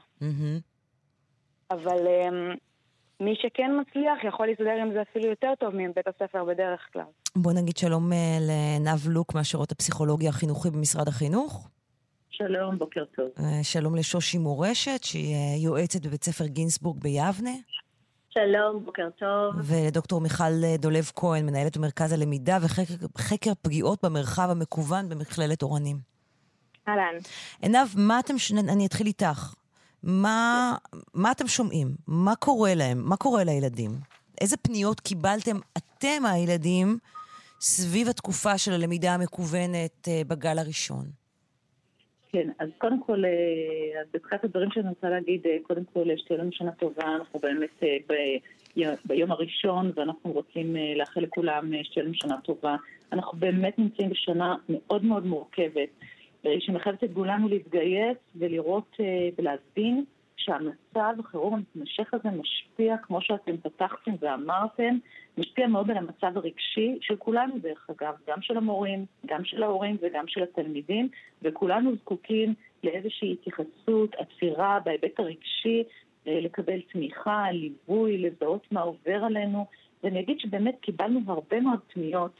אבל מי שכן מצליח יכול להסתדר עם זה אפילו יותר טוב מבית הספר בדרך כלל. בוא נגיד שלום לעינב לוק מהשירות הפסיכולוגי החינוכי במשרד החינוך. שלום, בוקר טוב. שלום לשושי מורשת, שהיא יועצת בבית ספר גינסבורג ביבנה. שלום, בוקר טוב. ודוקטור מיכל דולב כהן, מנהלת במרכז הלמידה וחקר פגיעות במרחב המקוון במכללת אורנים. אהלן. עינב, אני אתחיל איתך. מה אתם שומעים? מה קורה להם? מה קורה לילדים? איזה פניות קיבלתם אתם הילדים סביב התקופה של הלמידה המקוונת בגל הראשון? כן, אז קודם כל, בתחילת הדברים שאני רוצה להגיד, קודם כל, שתהיה לנו שנה טובה, אנחנו באמת ביום הראשון, ואנחנו רוצים לאחל לכולם שתהיה לנו שנה טובה. אנחנו באמת נמצאים בשנה מאוד מאוד מורכבת, שמחייבת את כולנו להתגייס ולראות ולהבין שהמצב החירום המתמשך הזה משפיע, כמו שאתם פתחתם ואמרתם, משפיע מאוד על המצב הרגשי של כולנו דרך אגב, גם של המורים, גם של ההורים וגם של התלמידים, וכולנו זקוקים לאיזושהי התייחסות, עצירה בהיבט הרגשי, לקבל תמיכה, ליווי, לזהות מה עובר עלינו, ואני אגיד שבאמת קיבלנו הרבה מאוד פניות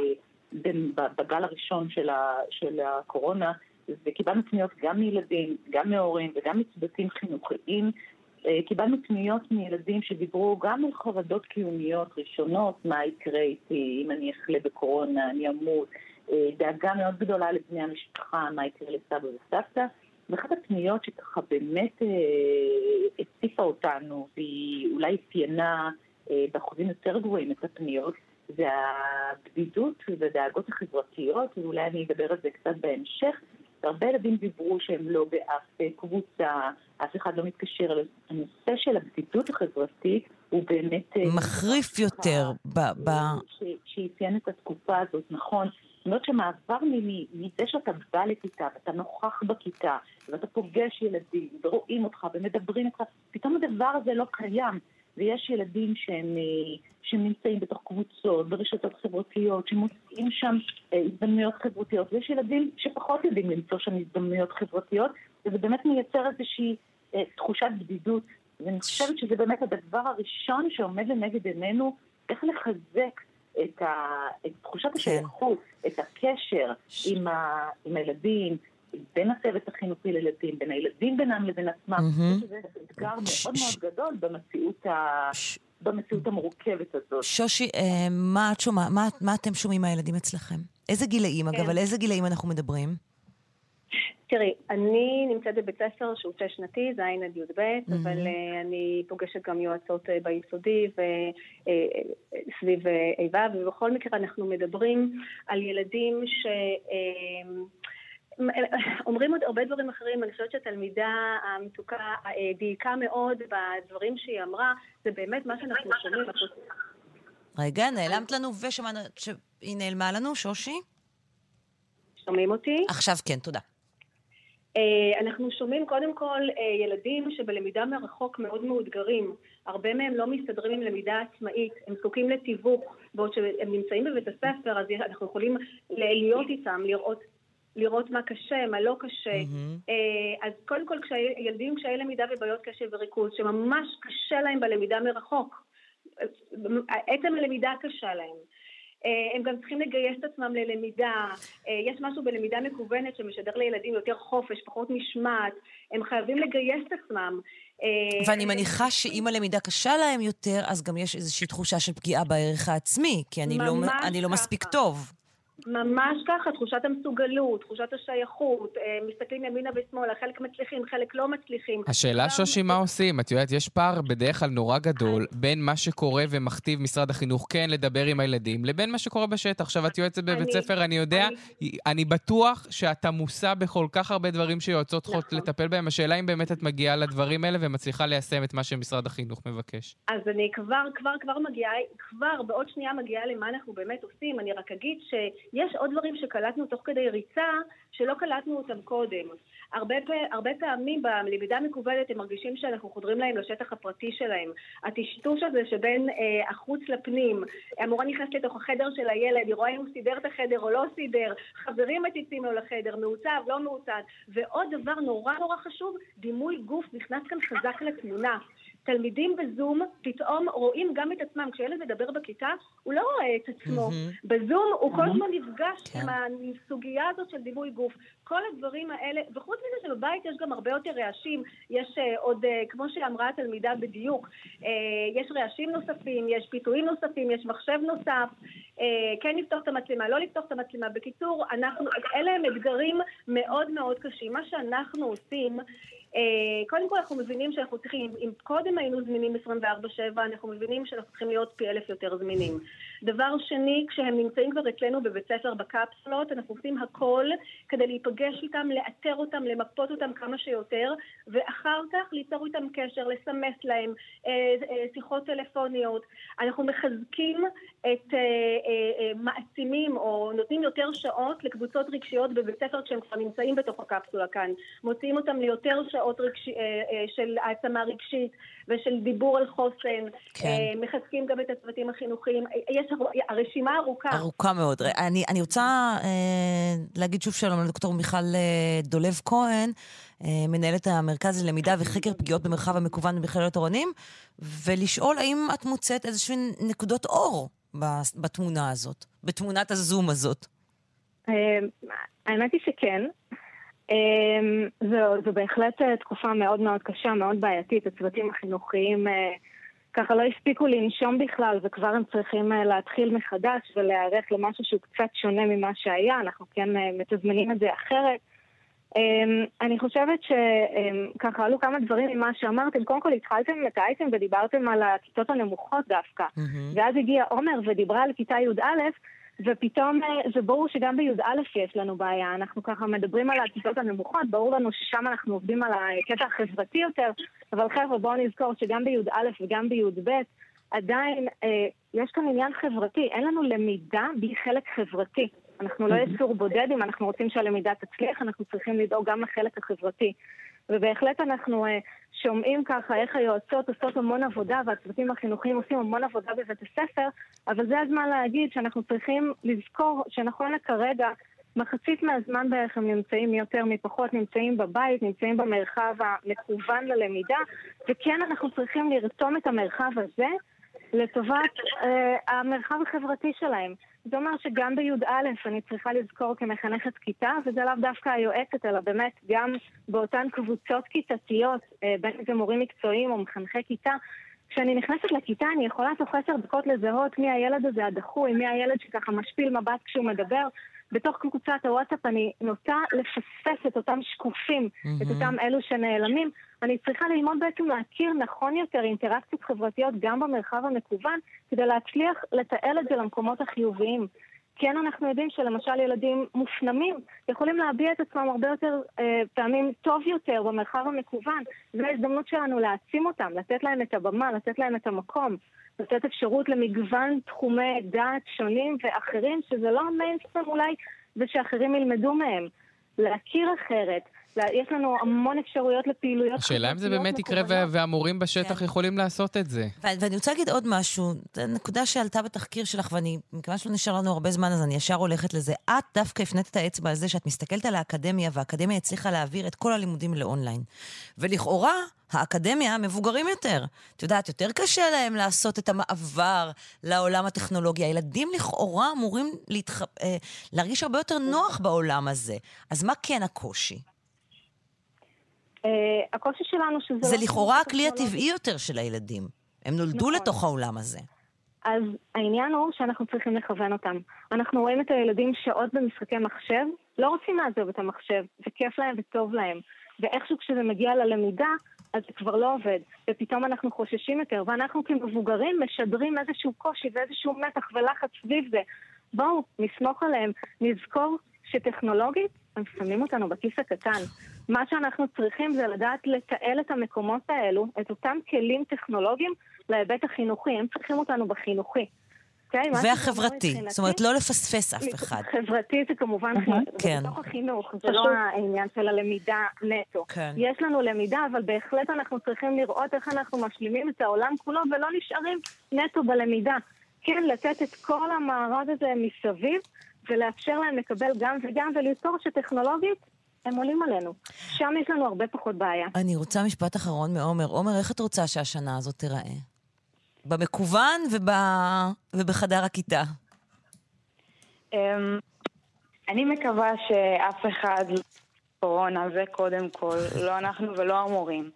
בגל הראשון של הקורונה, וקיבלנו פניות גם מילדים, גם מהורים וגם מצוותים חינוכיים. קיבלנו פניות מילדים שדיברו גם על חרדות קיומיות ראשונות, מה יקרה איתי, אם אני אחלה בקורונה, אני אמות, דאגה מאוד גדולה לבני המשפחה, מה יקרה לסבא וסבתא. ואחת הפניות שככה באמת הציפה אותנו, והיא אולי פיינה באחוזים יותר גבוהים את הפניות, זה הבדידות והדאגות החברתיות, ואולי אני אדבר על זה קצת בהמשך. הרבה ילדים דיברו שהם לא באף קבוצה, אף אחד לא מתקשר. הנושא של הבדידות החברתית הוא באמת מחריף יותר שהציין את התקופה הזאת, נכון? זאת אומרת שמעבר מזה שאתה בא לכיתה ואתה נוכח בכיתה ואתה פוגש ילדים ורואים אותך ומדברים איתך, פתאום הדבר הזה לא קיים. ויש ילדים שנמצאים בתוך קבוצות, ברשתות חברתיות, שמוצאים שם הזדמנויות חברתיות, ויש ילדים שפחות יודעים למצוא שם הזדמנויות חברתיות, וזה באמת מייצר איזושהי תחושת בדידות, ואני חושבת שזה באמת הדבר הראשון שעומד לנגד עינינו, איך לחזק את תחושת השייכות, את הקשר עם הילדים, בין הצוות החינוכי לילדים, בין הילדים בינם לבין עצמם, זה אתגר מאוד מאוד גדול במציאות המורכבת הזאת. שושי, מה אתם שומעים מהילדים אצלכם? איזה גילאים, אגב, על איזה גילאים אנחנו מדברים? תראי, אני נמצאת בבית ספר שהוא 6 שנתי, ז' עד י"ב, אבל אני פוגשת גם יועצות ביסודי וסביב איבה, ובכל מקרה אנחנו מדברים על ילדים אומרים עוד הרבה דברים אחרים. אני חושבת שהתלמידה המתוקה דייקה מאוד בדברים שהיא אמרה, זה באמת מה שאנחנו שומעים. רגע, נעלמת לנו ושמענו שהיא נעלמה לנו, שושי? שומעים אותי? עכשיו כן, תודה. אנחנו שומעים קודם כל ילדים שבלמידה מרחוק מאוד מאותגרים. הרבה מהם לא מסתדרים עם למידה עצמאית, הם זקוקים לתיווך, בעוד שהם נמצאים בבית הספר, אז אנחנו יכולים להיות איתם, לראות לראות מה קשה, מה לא קשה. אז קודם כל, ילדים קשיי למידה ובעיות קשב וריכוז, שממש קשה להם בלמידה מרחוק, עצם הלמידה קשה להם. הם גם צריכים לגייס את עצמם ללמידה. יש משהו בלמידה מקוונת שמשדר לילדים יותר חופש, פחות משמעת. הם חייבים לגייס את עצמם. ואני מניחה שאם הלמידה קשה להם יותר, אז גם יש איזושהי תחושה של פגיעה בערך העצמי, כי אני לא מספיק טוב. ממש ככה, תחושת המסוגלות, תחושת השייכות, מסתכלים ימינה ושמאלה, חלק מצליחים, חלק לא מצליחים. השאלה שושי, מה עושים? את יודעת, יש פער בדרך כלל נורא גדול בין מה שקורה ומכתיב משרד החינוך כן לדבר עם הילדים, לבין מה שקורה בשטח. עכשיו את יועצת בבית ספר, אני יודע, אני בטוח שאתה מוסע בכל כך הרבה דברים שיועצות צריכות לטפל בהם. השאלה אם באמת את מגיעה לדברים האלה ומצליחה ליישם את מה שמשרד החינוך מבקש. אז אני כבר מגיעה, כבר בעוד שנייה מגיעה למה אנחנו באמת עושים. אני רק אגיד יש עוד דברים שקלטנו תוך כדי ריצה, שלא קלטנו אותם קודם. הרבה פעמים בלמידה מקוונת הם מרגישים שאנחנו חודרים להם לשטח הפרטי שלהם. הטשטוש הזה שבין החוץ לפנים, המורה נכנסת לתוך החדר של הילד, היא רואה אם הוא סידר את החדר או לא סידר, חברים מציצים לו לחדר, מעוצב, לא מעוצב. ועוד דבר נורא חשוב, דימוי גוף נכנס כאן חזק לתמונה. תלמידים בזום פתאום רואים גם את עצמם. כשילד מדבר בכיתה, הוא לא רואה את עצמו. בזום הוא כל הזמן נפגש עם הסוגיה הזאת של דימוי גוף. כל הדברים האלה, וחוץ מזה שבבית יש גם הרבה יותר רעשים, יש עוד, כמו שאמרה התלמידה בדיוק, יש רעשים נוספים, יש פיתויים נוספים, יש מחשב נוסף, כן לפתוח את המצלמה, לא לפתוח את המצלמה. בקיצור, אלה הם אתגרים מאוד מאוד קשים. מה שאנחנו עושים, קודם כל אנחנו מבינים שאנחנו צריכים, אם קודם היינו זמינים 24/7, אנחנו מבינים שאנחנו צריכים להיות פי 1000 יותר זמינים. דבר שני, כשהם נמצאים כבר אצלנו בבית ספר בקפסולות, אנחנו עושים הכל כדי להיפגש איתם, לאתר אותם, למפות אותם כמה שיותר, ואחר כך ליצור איתם קשר, לסמס להם, שיחות טלפוניות. אנחנו מחזקים את מעצימים או נותנים יותר שעות לקבוצות רגשיות בבית ספר כשהם כבר נמצאים בתוך הקפסולה כאן. מוציאים אותם ליותר שעות של העצמה רגשית ושל דיבור על חוסן. מחזקים גם את הצוותים החינוכיים. הרשימה ארוכה. ארוכה מאוד. אני רוצה להגיד שוב שלום לדוקטור מיכל דולב כהן, מנהלת המרכז ללמידה וחקר פגיעות במרחב המקוון במכללות אורנים, ולשאול האם את מוצאת איזושהי נקודות אור בתמונה הזאת, בתמונת הזום הזאת. האמת היא שכן. זו בהחלט תקופה מאוד מאוד קשה, מאוד בעייתית. הצוותים החינוכיים ככה לא הספיקו לנשום בכלל, וכבר הם צריכים להתחיל מחדש ולהיערך למשהו שהוא קצת שונה ממה שהיה. אנחנו כן מתזמנים את זה אחרת. אני חושבת שככה עלו כמה דברים ממה שאמרתם. קודם כל התחלתם את האייטם ודיברתם על הכיתות הנמוכות דווקא. ואז הגיע עומר ודיברה על כיתה י"א, ופתאום זה ברור שגם בי"א יש לנו בעיה. אנחנו ככה מדברים על הכיתות הנמוכות, ברור לנו ששם אנחנו עובדים על הקטע החברתי יותר, אבל חבר'ה בואו נזכור שגם בי"א וגם בי"ב עדיין יש כאן עניין חברתי. אין לנו למידה בלי חלק חברתי. אנחנו לא יצור בודד. אם אנחנו רוצים שהלמידה תצליח, אנחנו צריכים לדאוג גם לחלק החברתי. ובהחלט אנחנו שומעים ככה איך היועצות עושות המון עבודה, והצוותים החינוכיים עושים המון עבודה בבית הספר, אבל זה הזמן להגיד שאנחנו צריכים לזכור שנכון לכרגע, מחצית מהזמן בערך הם נמצאים יותר מפחות, נמצאים בבית, נמצאים במרחב המקוון ללמידה, וכן אנחנו צריכים לרתום את המרחב הזה לטובת המרחב החברתי שלהם. זה אומר שגם בי"א אני צריכה לזכור כמחנכת כיתה, וזה לאו דווקא היועצת, אלא באמת גם באותן קבוצות כיתתיות, בין אם זה מורים מקצועיים או מחנכי כיתה. כשאני נכנסת לכיתה אני יכולה תוך 10 דקות לזהות מי הילד הזה הדחוי, מי הילד שככה משפיל מבט כשהוא מדבר. בתוך קבוצת הוואטסאפ אני נוטה לפספס את אותם שקופים, את אותם אלו שנעלמים. אני צריכה ללמוד בעצם להכיר נכון יותר אינטראקציות חברתיות גם במרחב המקוון, כדי להצליח לתעל את זה למקומות החיוביים. כן, אנחנו יודעים שלמשל ילדים מופנמים יכולים להביע את עצמם הרבה יותר פעמים טוב יותר במרחב המקוון. זו ההזדמנות שלנו להעצים אותם, לתת להם את הבמה, לתת להם את המקום, לתת אפשרות למגוון תחומי דעת שונים ואחרים, שזה לא המיינסטרים אולי, ושאחרים ילמדו מהם. להכיר אחרת, יש לנו המון אפשרויות לפעילויות. השאלה אם זה באמת יקרה והמורים בשטח יכולים לעשות את זה. ואני רוצה להגיד עוד משהו, נקודה שעלתה בתחקיר שלך, מכיוון שלא נשאר לנו הרבה זמן, אז אני ישר הולכת לזה. את דווקא הפנית את האצבע על זה שאת מסתכלת על האקדמיה, והאקדמיה הצליחה להעביר את כל הלימודים לאונליין. ולכאורה, האקדמיה מבוגרים יותר. את יודעת, יותר קשה להם לעשות את המעבר לעולם הטכנולוגי. הילדים לכאורה אמורים להרגיש הרבה יותר נוח בעולם הזה. אז מה כן הקושי? הקושי שלנו שזה... זה לכאורה הכלי הטבעי יותר של הילדים. הם נולדו לתוך העולם הזה. אז העניין הוא שאנחנו צריכים לכוון אותם. אנחנו רואים את הילדים שעות במשחקי מחשב, לא רוצים לעזוב את המחשב, זה כיף להם וטוב להם. ואיכשהו כשזה מגיע ללמידה, אז זה כבר לא עובד. ופתאום אנחנו חוששים יותר, ואנחנו כמבוגרים משדרים איזשהו קושי ואיזשהו מתח ולחץ סביב זה. בואו, נסמוך עליהם, נזכור שטכנולוגית, הם שמים אותנו בכיס הקטן. מה שאנחנו צריכים זה לדעת לתעל את המקומות האלו, את אותם כלים טכנולוגיים להיבט החינוכי. הם צריכים אותנו בחינוכי. והחברתי, זאת אומרת לא לפספס אף אחד. חברתי זה כמובן בתוך החינוך, זה לא העניין של הלמידה נטו. יש לנו למידה, אבל בהחלט אנחנו צריכים לראות איך אנחנו משלימים את העולם כולו ולא נשארים נטו בלמידה. כן, לתת את כל המערב הזה מסביב ולאפשר להם לקבל גם וגם ולזכור שטכנולוגית הם עולים עלינו. שם יש לנו הרבה פחות בעיה. אני רוצה משפט אחרון מעומר. עומר, איך את רוצה שהשנה הזאת תיראה? במקוון ובחדר הכיתה. אני מקווה שאף אחד קורונה, זה קודם כל, לא אנחנו ולא המורים.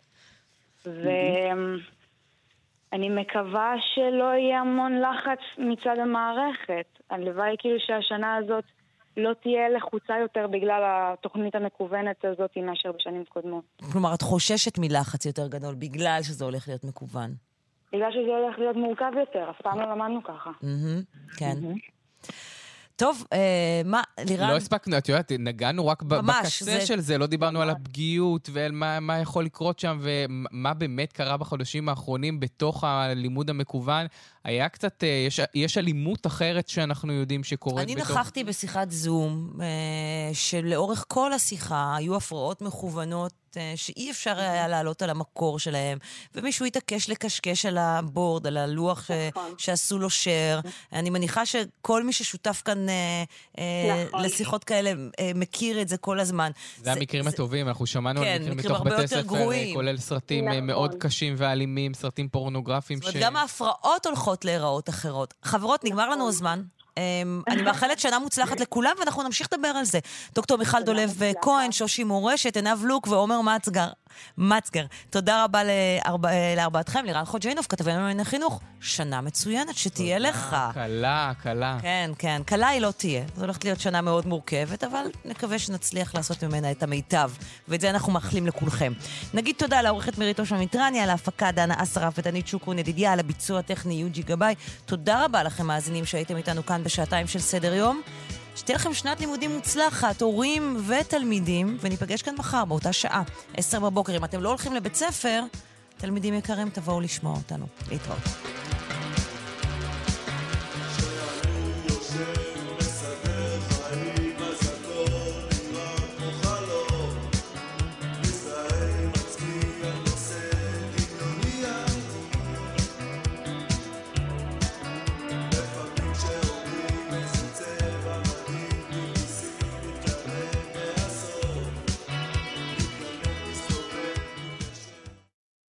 ואני מקווה שלא יהיה המון לחץ מצד המערכת. הלוואי כאילו שהשנה הזאת לא תהיה לחוצה יותר בגלל התוכנית המקוונת הזאת מאשר בשנים קודמות. כלומר, את חוששת מלחץ יותר גדול בגלל שזה הולך להיות מקוון. בגלל שזה הולך להיות מורכב יותר, אף פעם לא למדנו ככה. כן. טוב, מה, לירן? לא הספקנו, את יודעת, נגענו רק בקצה של זה, לא דיברנו על הפגיעות ועל מה יכול לקרות שם, ומה באמת קרה בחודשים האחרונים בתוך הלימוד המקוון. היה קצת, יש אלימות אחרת שאנחנו יודעים שקורית בתוך... אני נכחתי בשיחת זום, שלאורך כל השיחה היו הפרעות מכוונות, שאי אפשר היה לעלות על המקור שלהם, ומישהו התעקש לקשקש על הבורד, על הלוח שעשו לו שר. אני מניחה שכל מי ששותף כאן לשיחות כאלה מכיר את זה כל הזמן. זה המקרים הטובים, אנחנו שמענו על מקרים מתוך בתי ספר, כולל סרטים מאוד קשים ואלימים, סרטים פורנוגרפיים. זאת אומרת, גם ההפרעות הולכות להיראות אחרות. חברות, נגמר לנו הזמן. אני מאחלת שנה מוצלחת לכולם, ואנחנו נמשיך לדבר על זה. דוקטור מיכל דולב כהן, שושי מורשת, עינב לוק ועומר מצגר. תודה רבה לארבעתכם, לירן חוג'יינוב, כתבנו לענייני חינוך. שנה מצוינת, שתהיה לך. קלה. כן, קלה היא לא תהיה. זו הולכת להיות שנה מאוד מורכבת, אבל נקווה שנצליח לעשות ממנה את המיטב. ואת זה אנחנו מאחלים לכולכם. נגיד תודה לעורכת מיריתו של מיטרני, על ההפקה דנה אסרף ודנית שוקרון ידידיה, על הביצוע הטכני יוג'י גבאי. תודה רבה לכם מאזינים שהייתם איתנו כאן בשעתיים של סדר יום. שתהיה לכם שנת לימודים מוצלחת, הורים ותלמידים, וניפגש כאן מחר באותה שעה, 10 בבוקר. אם אתם לא הולכים לבית ספר, תלמידים יקרים, תבואו לשמוע אותנו. להתראות.